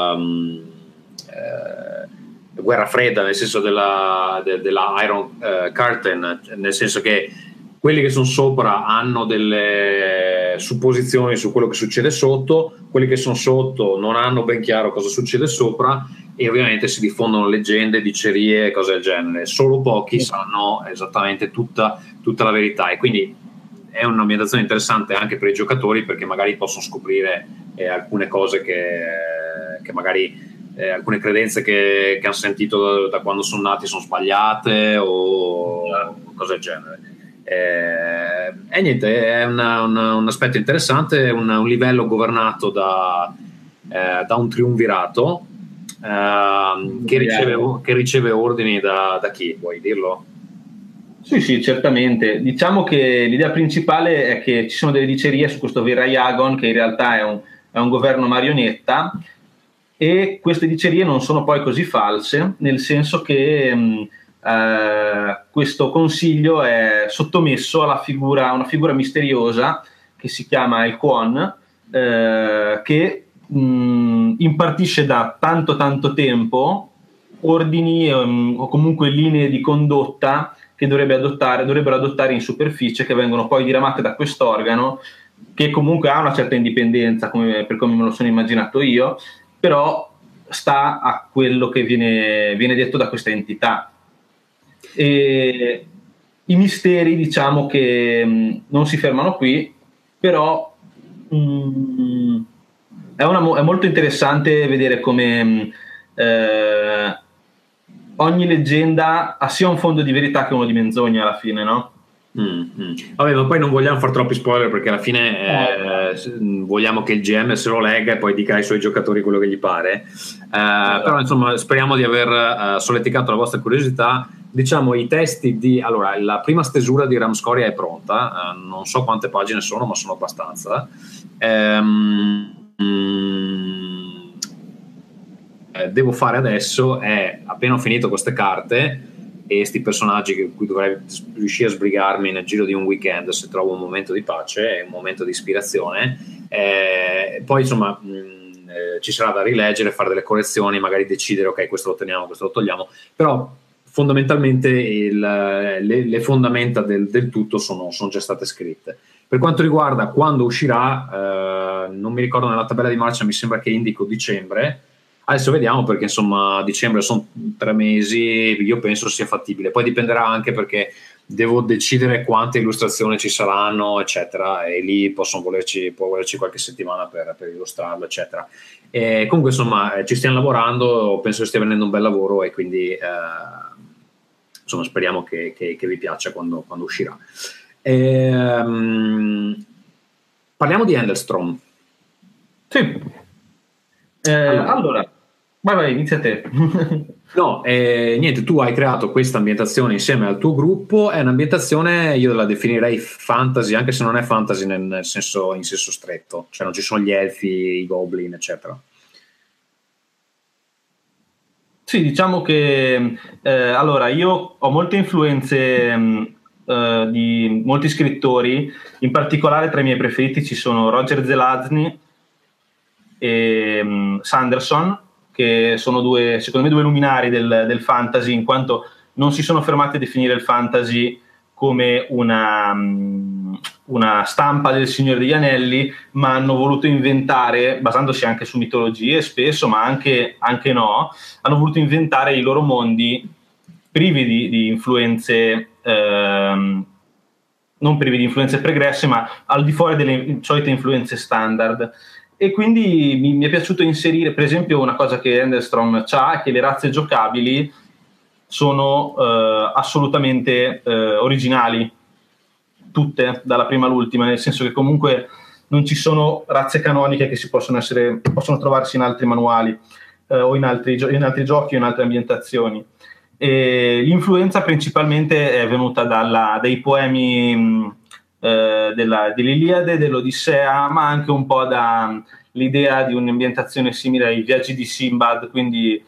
guerra fredda, nel senso della Iron Curtain, nel senso che quelli che sono sopra hanno delle supposizioni su quello che succede sotto, quelli che sono sotto non hanno ben chiaro cosa succede sopra, e ovviamente si diffondono leggende, dicerie, cose del genere. Solo pochi sanno esattamente tutta la verità, e quindi è un'ambientazione interessante anche per i giocatori, perché magari possono scoprire alcune cose che magari alcune credenze che hanno sentito da quando sono nati sono sbagliate o cose del genere. E niente, è un aspetto interessante, un livello governato da un triumvirato che riceve ordini da chi? Vuoi dirlo? Sì, certamente. Diciamo che l'idea principale è che ci sono delle dicerie su questo Virayagon, che in realtà è un governo marionetta, e queste dicerie non sono poi così false, nel senso che questo consiglio è sottomesso alla una figura misteriosa che si chiama il Kwon, che impartisce da tanto tempo ordini o comunque linee di condotta che dovrebbero adottare in superficie, che vengono poi diramate da quest'organo, che comunque ha una certa indipendenza per come me lo sono immaginato io, però sta a quello che viene detto da questa entità. E i misteri, diciamo che non si fermano qui, però è molto interessante vedere come ogni leggenda ha sia un fondo di verità che uno di menzogna alla fine, no? Vabbè, ma poi non vogliamo far troppi spoiler, perché alla fine vogliamo che il GM se lo legga e poi dica ai suoi giocatori quello che gli pare. Però insomma speriamo di aver solleticato la vostra curiosità. Diciamo, i testi allora, la prima stesura di Ramscoria è pronta, non so quante pagine sono, ma sono abbastanza. Devo fare adesso è, appena ho finito queste carte e questi personaggi con cui dovrei riuscire a sbrigarmi nel giro di un weekend, se trovo un momento di pace, un momento di ispirazione, poi insomma ci sarà da rileggere, fare delle correzioni, magari decidere ok, questo lo teniamo, questo lo togliamo, però fondamentalmente le fondamenta del tutto sono già state scritte. Per quanto riguarda quando uscirà, non mi ricordo, nella tabella di marcia mi sembra che indico dicembre. Adesso vediamo, perché insomma dicembre sono 3 mesi, io penso sia fattibile, poi dipenderà anche perché devo decidere quante illustrazioni ci saranno eccetera, e lì può volerci qualche settimana per illustrarlo eccetera. E comunque insomma ci stiamo lavorando, penso che stia venendo un bel lavoro e quindi insomma speriamo che vi piaccia quando uscirà. Parliamo di Endelstrom. Sì. Allora, vai, inizia te. No, niente, tu hai creato questa ambientazione insieme al tuo gruppo. È un'ambientazione, io la definirei fantasy, anche se non è fantasy in senso stretto, cioè non ci sono gli elfi, i goblin eccetera. Sì, diciamo che allora io ho molte influenze di molti scrittori, in particolare tra i miei preferiti ci sono Roger Zelazny e Sanderson, che sono secondo me due luminari del fantasy, in quanto non si sono fermati a definire il fantasy come una stampa del Signore degli Anelli, ma hanno voluto inventare, basandosi anche su mitologie spesso, ma anche no, hanno voluto inventare i loro mondi privi di influenze, non privi di influenze pregresse, ma al di fuori delle solite influenze standard. E quindi mi è piaciuto inserire, per esempio, una cosa che Endelstrom ha, è che le razze giocabili sono assolutamente originali, tutte, dalla prima all'ultima, nel senso che comunque non ci sono razze canoniche che possono trovarsi in altri manuali o in altri giochi o in altre ambientazioni. E l'influenza principalmente è venuta dai poemi dell'Iliade, dell'Odissea, ma anche un po' dall'idea di un'ambientazione simile ai viaggi di Sinbad, quindi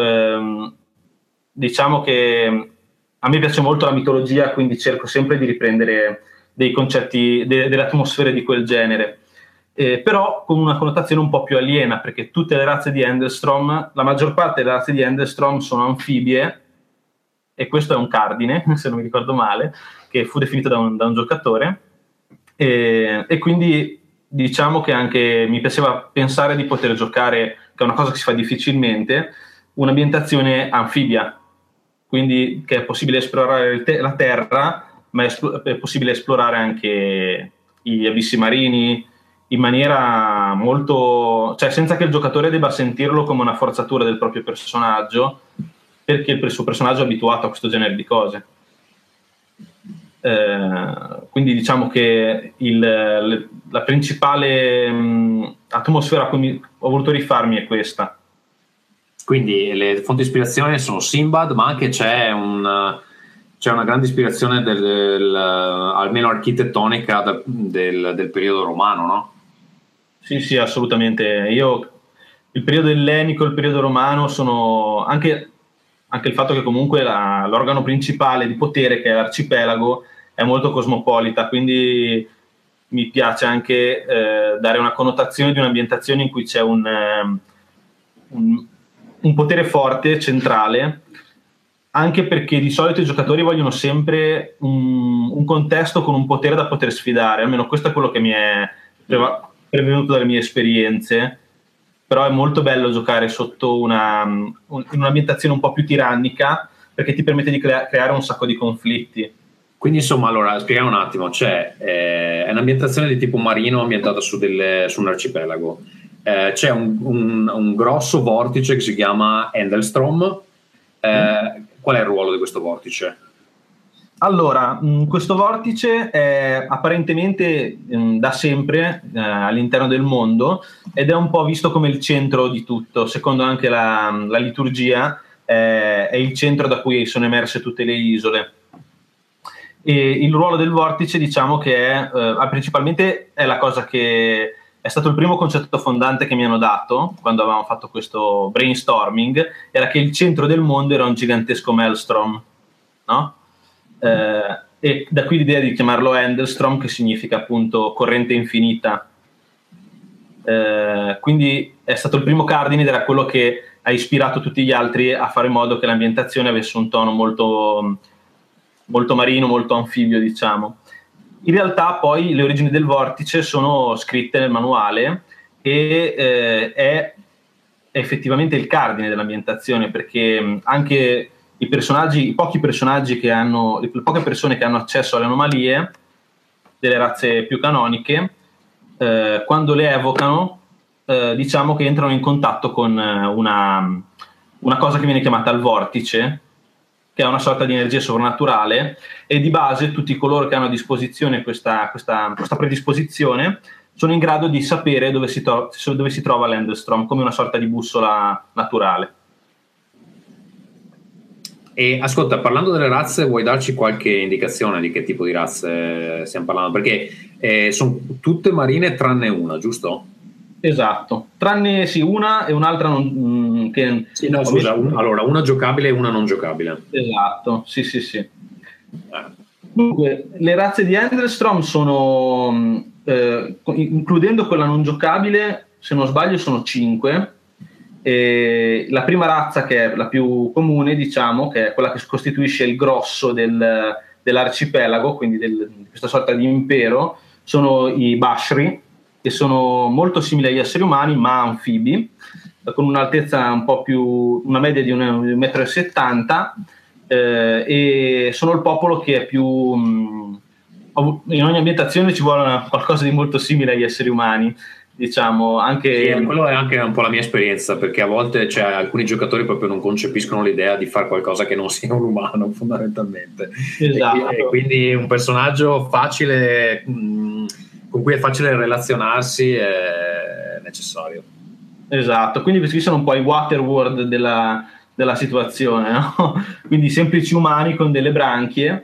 diciamo che a me piace molto la mitologia, quindi cerco sempre di riprendere dei concetti, delle atmosfere di quel genere, però con una connotazione un po' più aliena, perché tutte le razze di Endelstrom, la maggior parte delle razze di Endelstrom sono anfibie, e questo è un cardine, se non mi ricordo male, che fu definito da un giocatore, e quindi diciamo che anche mi piaceva pensare di poter giocare, che è una cosa che si fa difficilmente, un'ambientazione anfibia, quindi che è possibile esplorare la terra, ma è possibile esplorare anche gli abissi marini in maniera molto, cioè senza che il giocatore debba sentirlo come una forzatura del proprio personaggio, perché il suo personaggio è abituato a questo genere di cose. Quindi diciamo che la principale atmosfera a cui ho voluto rifarmi è questa. Quindi le fonti di ispirazione sono Sinbad, ma anche c'è una grande ispirazione almeno architettonica del periodo romano, no? Sì, assolutamente. Il periodo ellenico e il periodo romano sono anche il fatto che comunque l'organo principale di potere, che è l'arcipelago, è molto cosmopolita, quindi mi piace anche dare una connotazione di un'ambientazione in cui c'è un potere forte, centrale, anche perché di solito i giocatori vogliono sempre un contesto con un potere da poter sfidare, almeno questo è quello che mi è prevenuto dalle mie esperienze, però è molto bello giocare sotto in un'ambientazione un po' più tirannica, perché ti permette di creare un sacco di conflitti. Quindi insomma, allora spieghiamo un attimo, è un'ambientazione di tipo marino ambientata su un arcipelago. C'è un grosso vortice che si chiama Endelstrom. Qual è il ruolo di questo vortice? Allora, questo vortice è apparentemente da sempre all'interno del mondo ed è un po' visto come il centro di tutto. Secondo anche la liturgia è il centro da cui sono emerse tutte le isole. E il ruolo del vortice, diciamo che principalmente è la cosa che è stato il primo concetto fondante che mi hanno dato quando avevamo fatto questo brainstorming, era che il centro del mondo era un gigantesco maelstrom, no? E da qui l'idea di chiamarlo Endelstrom, che significa appunto corrente infinita. Quindi è stato il primo cardine ed era quello che ha ispirato tutti gli altri a fare in modo che l'ambientazione avesse un tono molto, molto marino, molto anfibio, diciamo. In realtà poi le origini del vortice sono scritte nel manuale e è effettivamente il cardine dell'ambientazione, perché anche le poche persone che hanno accesso alle anomalie delle razze più canoniche, quando le evocano, diciamo che entrano in contatto con una cosa che viene chiamata il vortice, che è una sorta di energia sovrannaturale, e di base tutti coloro che hanno a disposizione questa predisposizione sono in grado di sapere dove si trova l'Endelstrom, come una sorta di bussola naturale. E ascolta, parlando delle razze, vuoi darci qualche indicazione di che tipo di razze stiamo parlando? Perché sono tutte marine tranne una, giusto? Esatto, tranne sì una e un'altra allora una giocabile e una non giocabile. Esatto, sì. Dunque, le razze di Endelstrom sono, includendo quella non giocabile, se non sbaglio sono 5. La prima razza, che è la più comune, diciamo, che è quella che costituisce il grosso dell'arcipelago, quindi di questa sorta di impero, sono i Bashri, che sono molto simili agli esseri umani ma anfibi, con un'altezza un po' più, una media di 1,70 m, e sono il popolo che è più in ogni ambientazione ci vuole qualcosa di molto simile agli esseri umani, diciamo. Anche sì, quello è anche un po' la mia esperienza, perché a volte alcuni giocatori proprio non concepiscono l'idea di fare qualcosa che non sia un umano, fondamentalmente. Esatto. E quindi un personaggio facile, con cui è facile relazionarsi, è necessario. Esatto, quindi questi sono un po' i Waterworld della situazione, no? Quindi semplici umani con delle branchie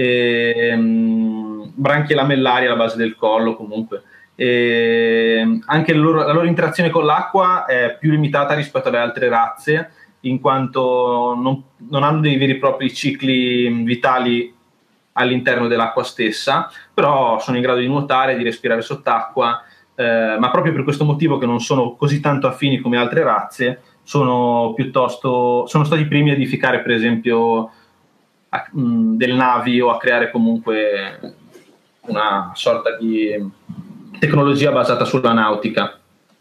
lamellari alla base del collo, comunque. Anche la loro interazione con l'acqua è più limitata rispetto alle altre razze, in quanto non hanno dei veri e propri cicli vitali all'interno dell'acqua stessa, però sono in grado di nuotare, di respirare sott'acqua, ma proprio per questo motivo, che non sono così tanto affini come altre razze, sono stati i primi a edificare, per esempio, delle navi o a creare comunque una sorta di tecnologia basata sulla nautica.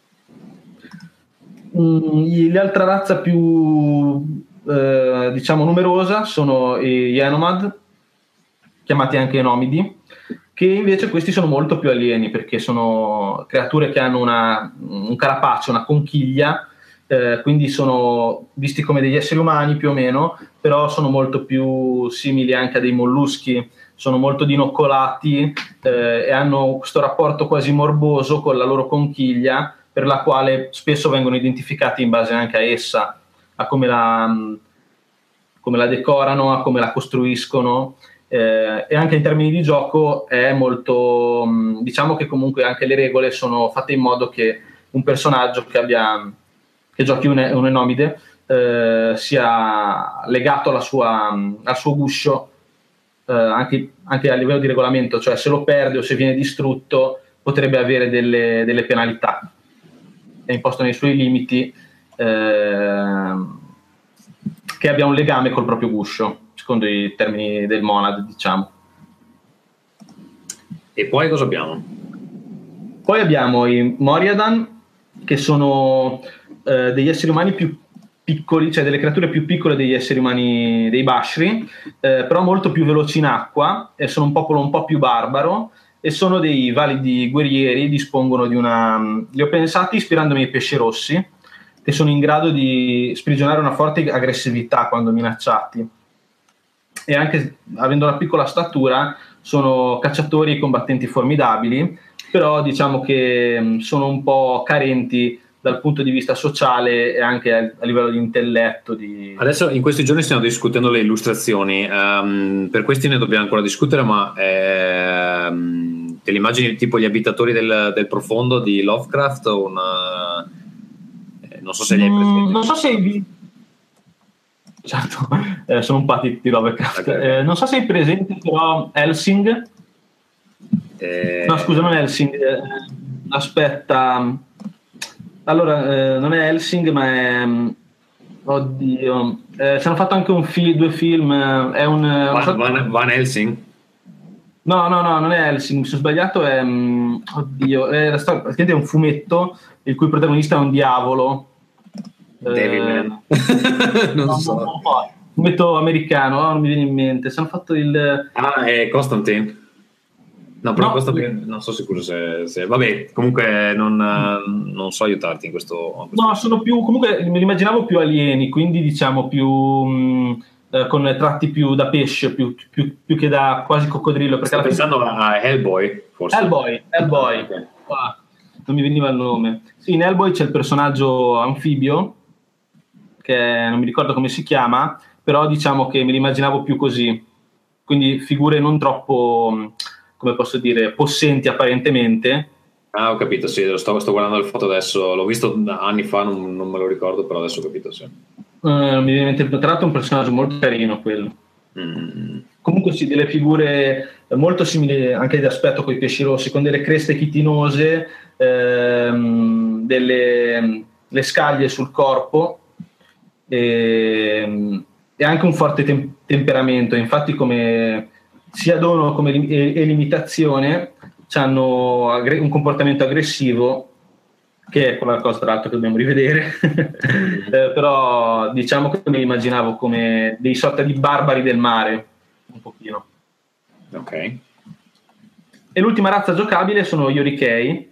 L'altra razza più diciamo numerosa sono gli Enomad, chiamati anche Enomidi, che invece questi sono molto più alieni, perché sono creature che hanno un carapace, una conchiglia, quindi sono visti come degli esseri umani più o meno, però sono molto più simili anche a dei molluschi, sono molto dinoccolati e hanno questo rapporto quasi morboso con la loro conchiglia, per la quale spesso vengono identificati in base anche a essa, a come la decorano, a come la costruiscono. E anche in termini di gioco è molto, diciamo che comunque anche le regole sono fatte in modo che un personaggio che giochi un Enomide sia legato al suo guscio, anche a livello di regolamento, cioè se lo perde o se viene distrutto potrebbe avere delle penalità, è imposto nei suoi limiti, che abbia un legame col proprio guscio, secondo i termini del Monad, diciamo. E poi cosa abbiamo? Poi abbiamo i Moriadan, che sono degli esseri umani più piccoli, cioè delle creature più piccole degli esseri umani, dei Bashri, però molto più veloci in acqua, e sono un popolo un po' più barbaro, e sono dei validi guerrieri, dispongono di una... Li ho pensati ispirandomi ai pesci rossi, che sono in grado di sprigionare una forte aggressività quando minacciati, e anche avendo una piccola statura sono cacciatori e combattenti formidabili, però diciamo che sono un po' carenti dal punto di vista sociale e anche a livello di intelletto. Adesso in questi giorni stiamo discutendo le illustrazioni, per questi ne dobbiamo ancora discutere, ma te li immagini tipo gli abitatori del profondo di Lovecraft o non so se li hai presenti. Non so se certo, sono un patito di Lovecraft. Okay. Non so se hai presente però Helsing. No, scusa, non è Helsing. Aspetta. Allora, non è Helsing, ma è... Oddio. Ci hanno fatto anche due film. È un... Van Helsing? No, non è Helsing, mi sono sbagliato. È... Oddio. Praticamente è un fumetto il cui protagonista è un diavolo. Non so. Un fumetto americano, non mi viene in mente. Si hanno fatto il... è Constantine. No, però non so sicuro se... Vabbè, comunque non so aiutarti in questo... No, sono più... Comunque me li immaginavo più alieni, quindi diciamo più... con tratti più da pesce, più che da quasi coccodrillo. Perché Sto pensando a Hellboy, forse. Hellboy. Okay. Non mi veniva il nome. Sì, in Hellboy c'è il personaggio anfibio, che non mi ricordo come si chiama, però diciamo che me li immaginavo più così. Quindi figure non troppo... come posso dire, possenti apparentemente. Ho capito, sì, sto guardando le foto adesso, l'ho visto anni fa, non me lo ricordo, però adesso ho capito, sì. Mi viene in mente, tra l'altro, un personaggio molto carino quello. Comunque sì, delle figure molto simili anche di aspetto con i pesci rossi, con delle creste chitinose, delle scaglie sul corpo e anche un forte temperamento. Infatti come sia dono come e limitazione hanno un comportamento aggressivo, che è quella cosa tra l'altro che dobbiamo rivedere. Però diciamo che mi immaginavo come dei sorta di barbari del mare un pochino. Ok. E l'ultima razza giocabile sono gli Orikei,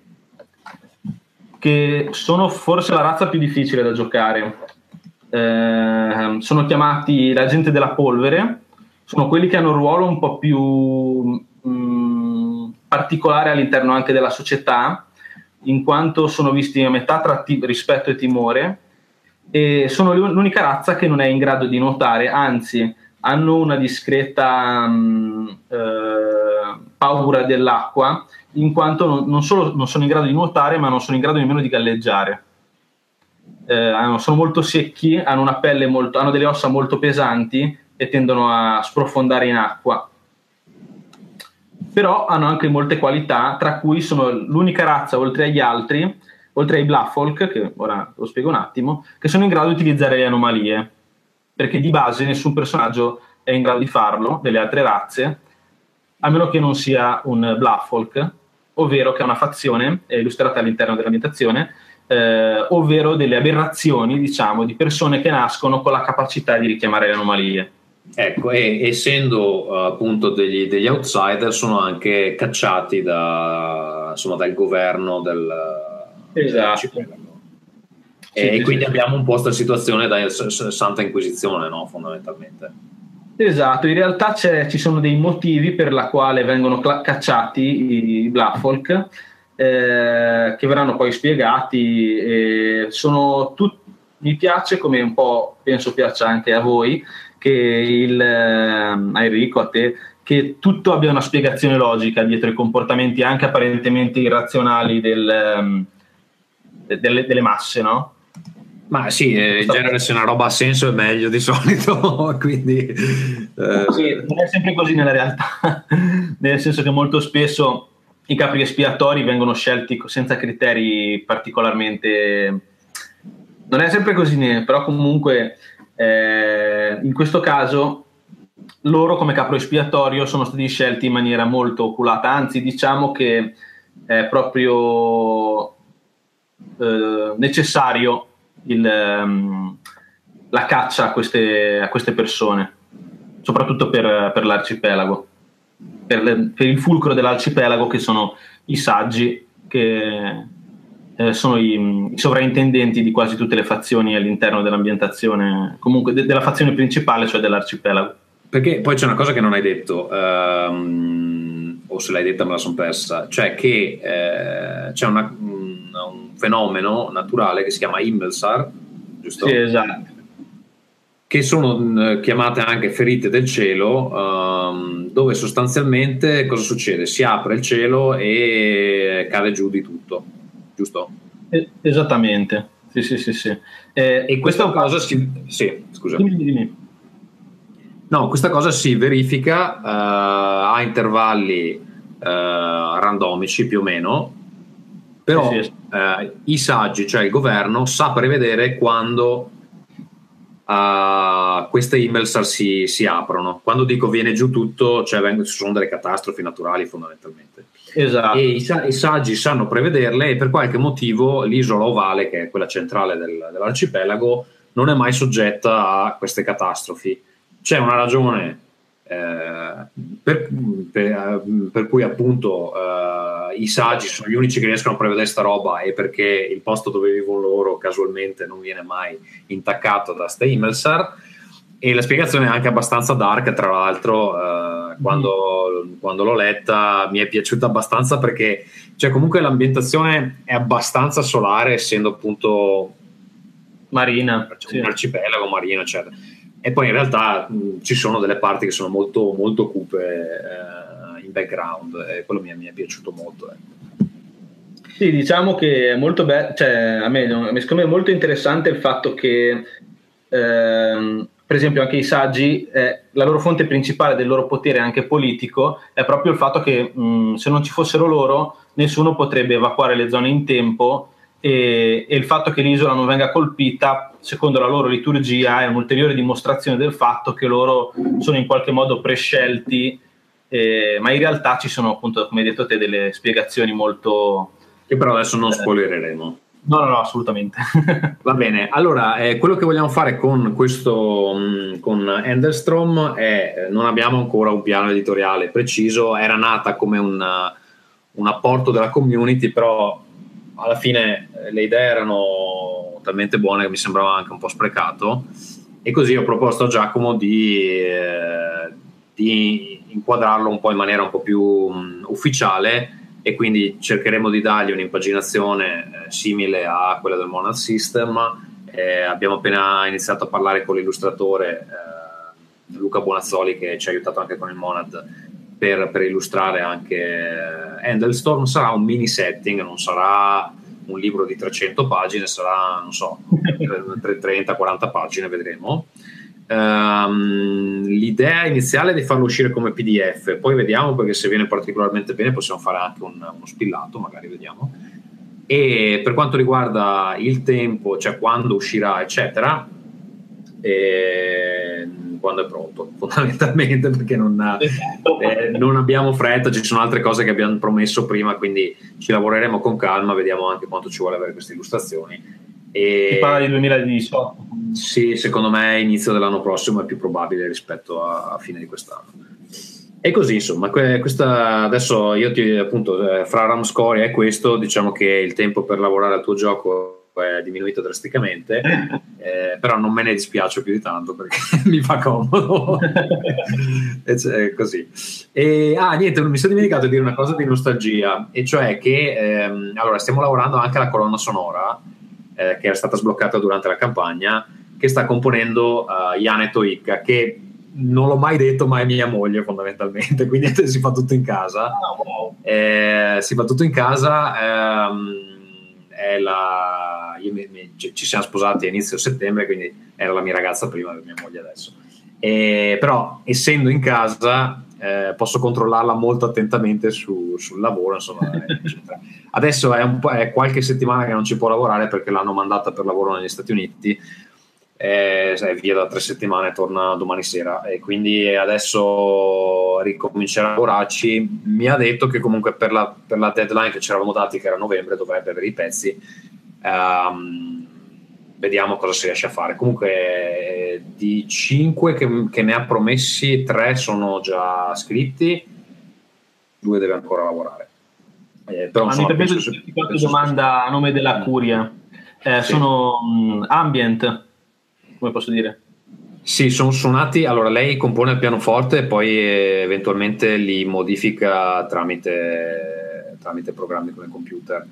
che sono forse la razza più difficile da giocare. Sono chiamati la gente della polvere. Sono quelli che hanno un ruolo un po' più particolare all'interno anche della società, in quanto sono visti a metà tra rispetto e timore, e sono l'unica razza che non è in grado di nuotare, anzi hanno una discreta paura dell'acqua, in quanto non solo non sono in grado di nuotare, ma non sono in grado nemmeno di galleggiare. Sono molto secchi, hanno una pelle hanno delle ossa molto pesanti e tendono a sprofondare in acqua. Però hanno anche molte qualità, tra cui sono l'unica razza, oltre agli altri, oltre ai Blackfolk, che ora lo spiego un attimo, che sono in grado di utilizzare le anomalie, perché di base nessun personaggio è in grado di farlo, delle altre razze, a meno che non sia un Blackfolk, ovvero che è una fazione, è illustrata all'interno dell'ambientazione, ovvero delle aberrazioni, diciamo, di persone che nascono con la capacità di richiamare le anomalie. Ecco, e essendo appunto degli outsider, sono anche cacciati dal governo esatto. E quindi abbiamo un po' questa situazione da Santa Inquisizione, no? Fondamentalmente. Esatto, in realtà ci sono dei motivi per la quale vengono cacciati i Blackfolk, che verranno poi spiegati. Mi piace, come un po' penso piaccia anche a voi, che a Enrico, a te, che tutto abbia una spiegazione logica dietro i comportamenti anche apparentemente irrazionali delle masse, no? Ma sì, in genere se una roba ha senso è meglio di solito, quindi... Sì, non è sempre così nella realtà, nel senso che molto spesso i capri espiatori vengono scelti senza criteri particolarmente... Non è sempre così, però comunque in questo caso loro come capro espiatorio sono stati scelti in maniera molto oculata, anzi diciamo che è proprio necessario la caccia a queste persone, soprattutto per l'arcipelago, per il fulcro dell'arcipelago, che sono i saggi, che sono i sovrintendenti di quasi tutte le fazioni all'interno dell'ambientazione, comunque della fazione principale, cioè dell'arcipelago. Perché poi c'è una cosa che non hai detto, o se l'hai detta me la sono persa, cioè che c'è un fenomeno naturale che si chiama Immelsar, giusto? Sì, esatto. Che sono chiamate anche ferite del cielo, dove sostanzialmente cosa succede? Si apre il cielo e cade giù di tutto, giusto? Esattamente, sì. E questa cosa sì, scusa. Dimmi. No, questa cosa si verifica a intervalli randomici più o meno, però sì. I saggi, cioè il governo, sa prevedere quando queste Immelsar si aprono. Quando dico viene giù tutto, cioè ci sono delle catastrofi naturali fondamentalmente. Esatto. E i saggi sanno prevederle, e per qualche motivo l'isola ovale, che è quella centrale dell'arcipelago, non è mai soggetta a queste catastrofi. C'è una ragione per cui appunto i saggi sono gli unici che riescono a prevedere sta roba, e perché il posto dove vivono loro casualmente non viene mai intaccato da ste Immelsar. E la spiegazione è anche abbastanza dark, tra l'altro. Quando l'ho letta mi è piaciuta abbastanza, perché cioè comunque l'ambientazione è abbastanza solare, essendo appunto marina, un arcipelago marino, eccetera. E poi in realtà ci sono delle parti che sono molto, molto cupe in background, e quello mi è piaciuto molto. Sì, diciamo che è molto bello, cioè secondo me è molto interessante il fatto che per esempio anche i saggi, la loro fonte principale del loro potere anche politico è proprio il fatto che se non ci fossero loro nessuno potrebbe evacuare le zone in tempo, e il fatto che l'isola non venga colpita, secondo la loro liturgia, è un'ulteriore dimostrazione del fatto che loro sono in qualche modo prescelti, ma in realtà ci sono, appunto, come hai detto te, delle spiegazioni molto... che però adesso non spoilereremo. No, assolutamente. Va bene, allora quello che vogliamo fare con questo, con Endelstrom, è non abbiamo ancora un piano editoriale preciso. Era nata come un apporto della community, però alla fine le idee erano talmente buone che mi sembrava anche un po' sprecato, e così ho proposto a Giacomo di inquadrarlo un po' in maniera un po' più ufficiale, e quindi cercheremo di dargli un'impaginazione simile a quella del Monad System. Abbiamo appena iniziato a parlare con l'illustratore Luca Bonazzoli, che ci ha aiutato anche con il Monad per illustrare anche Endelstorm. Sarà un mini setting, non sarà un libro di 300 pagine, sarà, non so, 30-40 pagine, vedremo. L'idea iniziale è di farlo uscire come PDF, poi vediamo, perché se viene particolarmente bene possiamo fare anche uno spillato, magari, vediamo. E per quanto riguarda il tempo, cioè quando uscirà eccetera, quando è pronto, fondamentalmente, perché non abbiamo fretta, ci sono altre cose che abbiamo promesso prima, quindi ci lavoreremo con calma, vediamo anche quanto ci vuole avere queste illustrazioni. Si parla di 2018. Sì, secondo me inizio dell'anno prossimo è più probabile rispetto a fine di quest'anno. E così, insomma, questa adesso io appunto, fra Ramscoria e questo, diciamo che il tempo per lavorare al tuo gioco è diminuito drasticamente, però non me ne dispiace più di tanto, perché mi fa comodo. È così. Niente, mi sono dimenticato di dire una cosa di nostalgia, e cioè che allora stiamo lavorando anche alla colonna sonora che era stata sbloccata durante la campagna, che sta componendo Janet Oicca, che non l'ho mai detto, ma è mia moglie fondamentalmente, quindi si fa tutto in casa. Si fa tutto in casa. Ci siamo sposati a inizio settembre, quindi era la mia ragazza prima, mia moglie adesso. Però essendo in casa posso controllarla molto attentamente sul lavoro, insomma, eccetera. Adesso è qualche settimana che non ci può lavorare, perché l'hanno mandata per lavoro negli Stati Uniti, è via da 3 settimane, torna domani sera, e quindi adesso ricomincerà a lavorarci. Mi ha detto che comunque per la deadline che ci eravamo dati, che era novembre, dovrebbe avere i pezzi, Vediamo cosa si riesce a fare. Comunque di 5 che ne ha promessi, 3 sono già scritti, 2 deve ancora lavorare. Però mi permetto di qualche domanda a nome della curia. Sono ambient, come posso dire? Sì, sono suonati. Allora, lei compone il pianoforte e poi eventualmente li modifica tramite programmi come computer.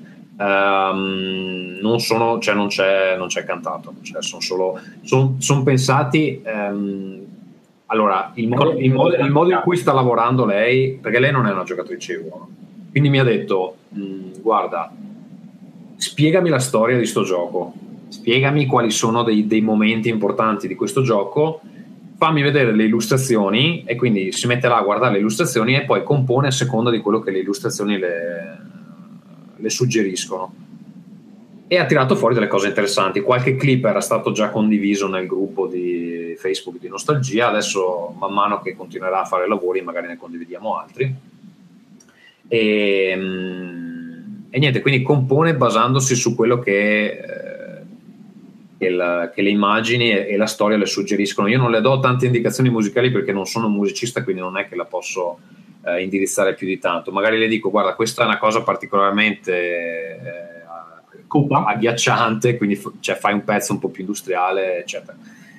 Non sono, cioè non c'è cantato, cioè sono pensati. Allora, il modo in cui sta lavorando lei, perché lei non è una giocatrice di ruolo, quindi mi ha detto: guarda, spiegami la storia di sto gioco, spiegami quali sono dei momenti importanti di questo gioco, fammi vedere le illustrazioni, e quindi si mette là a guardare le illustrazioni e poi compone a seconda di quello che le illustrazioni le suggeriscono. E ha tirato fuori delle cose interessanti. Qualche clip era stato già condiviso nel gruppo di Facebook di Nostalgia, adesso man mano che continuerà a fare lavori magari ne condividiamo altri. E niente, quindi compone basandosi su quello che le immagini e la storia le suggeriscono. Io non le do tante indicazioni musicali perché non sono un musicista, quindi non è che la posso indirizzare più di tanto. Magari le dico: guarda, questa è una cosa particolarmente agghiacciante, quindi fai un pezzo un po' più industriale, eccetera.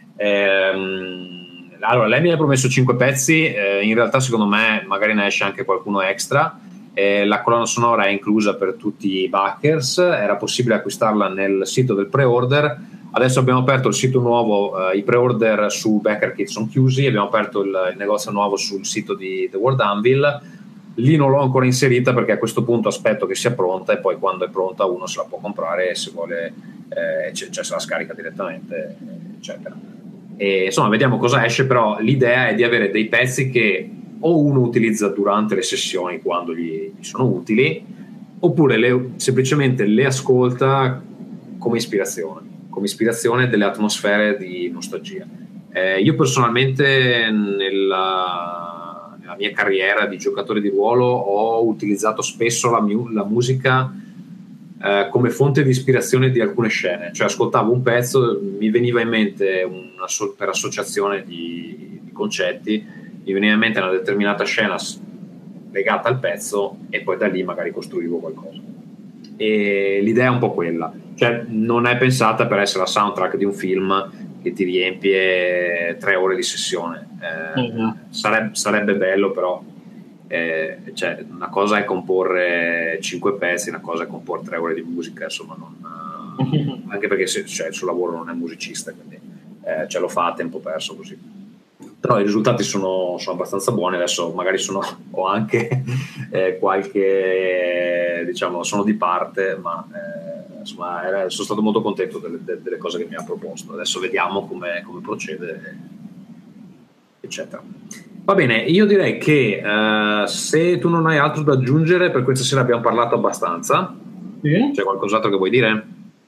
Allora, lei mi ha promesso 5 pezzi, in realtà secondo me magari ne esce anche qualcuno extra. La colonna sonora è inclusa per tutti i backers, era possibile acquistarla nel sito del pre-order. Adesso abbiamo aperto il sito nuovo, i pre-order su BackerKit sono chiusi, abbiamo aperto il negozio nuovo sul sito di The World Anvil. Lì non l'ho ancora inserita perché a questo punto aspetto che sia pronta, e poi quando è pronta uno se la può comprare, e se vuole se la scarica direttamente, eccetera. E insomma, vediamo cosa esce, però l'idea è di avere dei pezzi che o uno utilizza durante le sessioni quando gli sono utili, oppure semplicemente le ascolta come ispirazione delle atmosfere di nostalgia. Io personalmente nella mia carriera di giocatore di ruolo ho utilizzato spesso la musica come fonte di ispirazione di alcune scene, cioè ascoltavo un pezzo, mi veniva in mente per associazione di concetti, mi veniva in mente una determinata scena legata al pezzo e poi da lì magari costruivo qualcosa. E l'idea è un po' quella, cioè non è pensata per essere la soundtrack di un film che ti riempie 3 ore di sessione. Sarebbe bello, però cioè, una cosa è comporre 5 pezzi, una cosa è comporre 3 ore di musica, insomma, anche perché il suo lavoro non è musicista, quindi lo fa a tempo perso così. Però i risultati sono abbastanza buoni. Adesso magari ho anche qualche, diciamo, sono di parte, ma insomma sono stato molto contento delle cose che mi ha proposto. Adesso vediamo come procede, eccetera. Va bene, io direi che se tu non hai altro da aggiungere, per questa sera abbiamo parlato abbastanza. Sì. C'è qualcos'altro che vuoi dire?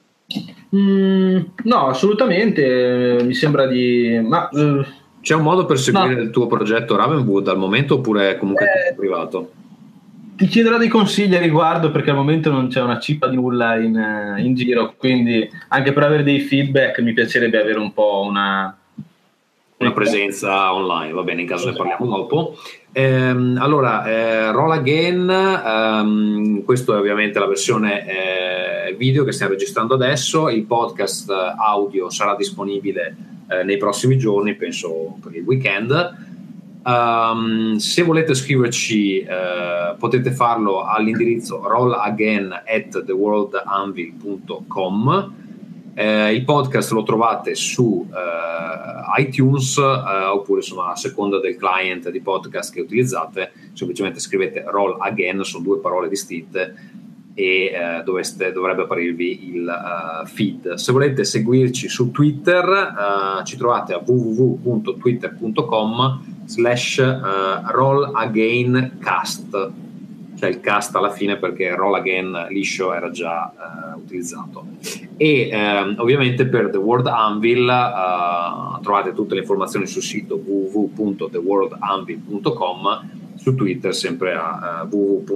No, assolutamente, mi sembra di... C'è un modo per seguire il tuo progetto Ravenwood al momento, oppure comunque è privato? Ti chiederò dei consigli a riguardo, perché al momento non c'è una cippa di nulla in giro, quindi anche per avere dei feedback mi piacerebbe avere un po' una presenza online. Va bene, in caso ne parliamo dopo. Allora, Roll Again, questo è ovviamente la versione video che stiamo registrando adesso. Il podcast audio sarà disponibile nei prossimi giorni, penso per il weekend. Se volete scriverci potete farlo all'indirizzo rollagain@theworldanvil.com. Il podcast lo trovate su iTunes, oppure insomma a seconda del client di podcast che utilizzate, semplicemente scrivete Roll Again, sono 2 parole distinte, e dovrebbe apparirvi il feed. Se volete seguirci su Twitter, ci trovate a www.twitter.com/rollagaincast, cioè il cast alla fine perché Roll Again liscio era già utilizzato. E ovviamente per The World Anvil trovate tutte le informazioni sul sito www.theworldanvil.com. su Twitter, sempre a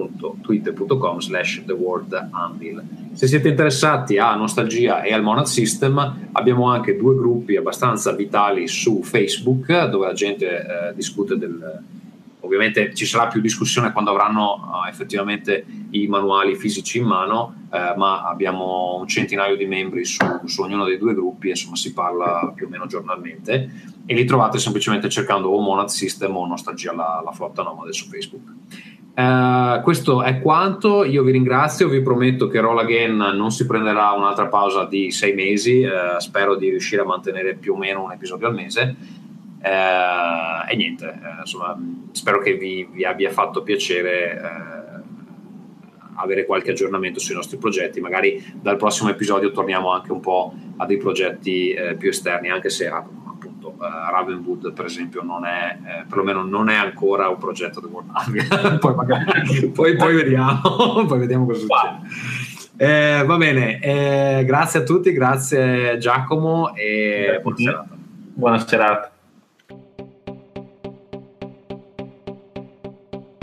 www.twitter.com/theworldanvil. Se siete interessati a Nostalgia e al Monad System, abbiamo anche 2 gruppi abbastanza vitali su Facebook, dove la gente discute ovviamente ci sarà più discussione quando avranno effettivamente i manuali fisici in mano, ma abbiamo un centinaio di membri su ognuno dei 2 gruppi, insomma si parla più o meno giornalmente, e li trovate semplicemente cercando o Monad System o Nostalgia la flotta nomade su Facebook. Questo è quanto. Io vi ringrazio, vi prometto che Roll Again non si prenderà un'altra pausa di 6 mesi, spero di riuscire a mantenere più o meno un episodio al mese. E niente, insomma, spero che vi abbia fatto piacere avere qualche aggiornamento sui nostri progetti. Magari dal prossimo episodio torniamo anche un po' a dei progetti più esterni, anche se appunto Ravenwood per esempio non è perlomeno non è ancora un progetto di Warhammer. poi vediamo poi vediamo cosa succede. Va bene, grazie a tutti, grazie Giacomo e buona serata. Buona serata.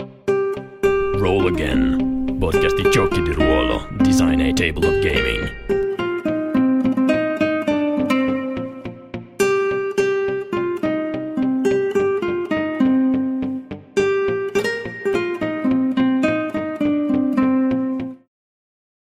Roll Again, podcast di giochi di ruolo, design a table of gaming.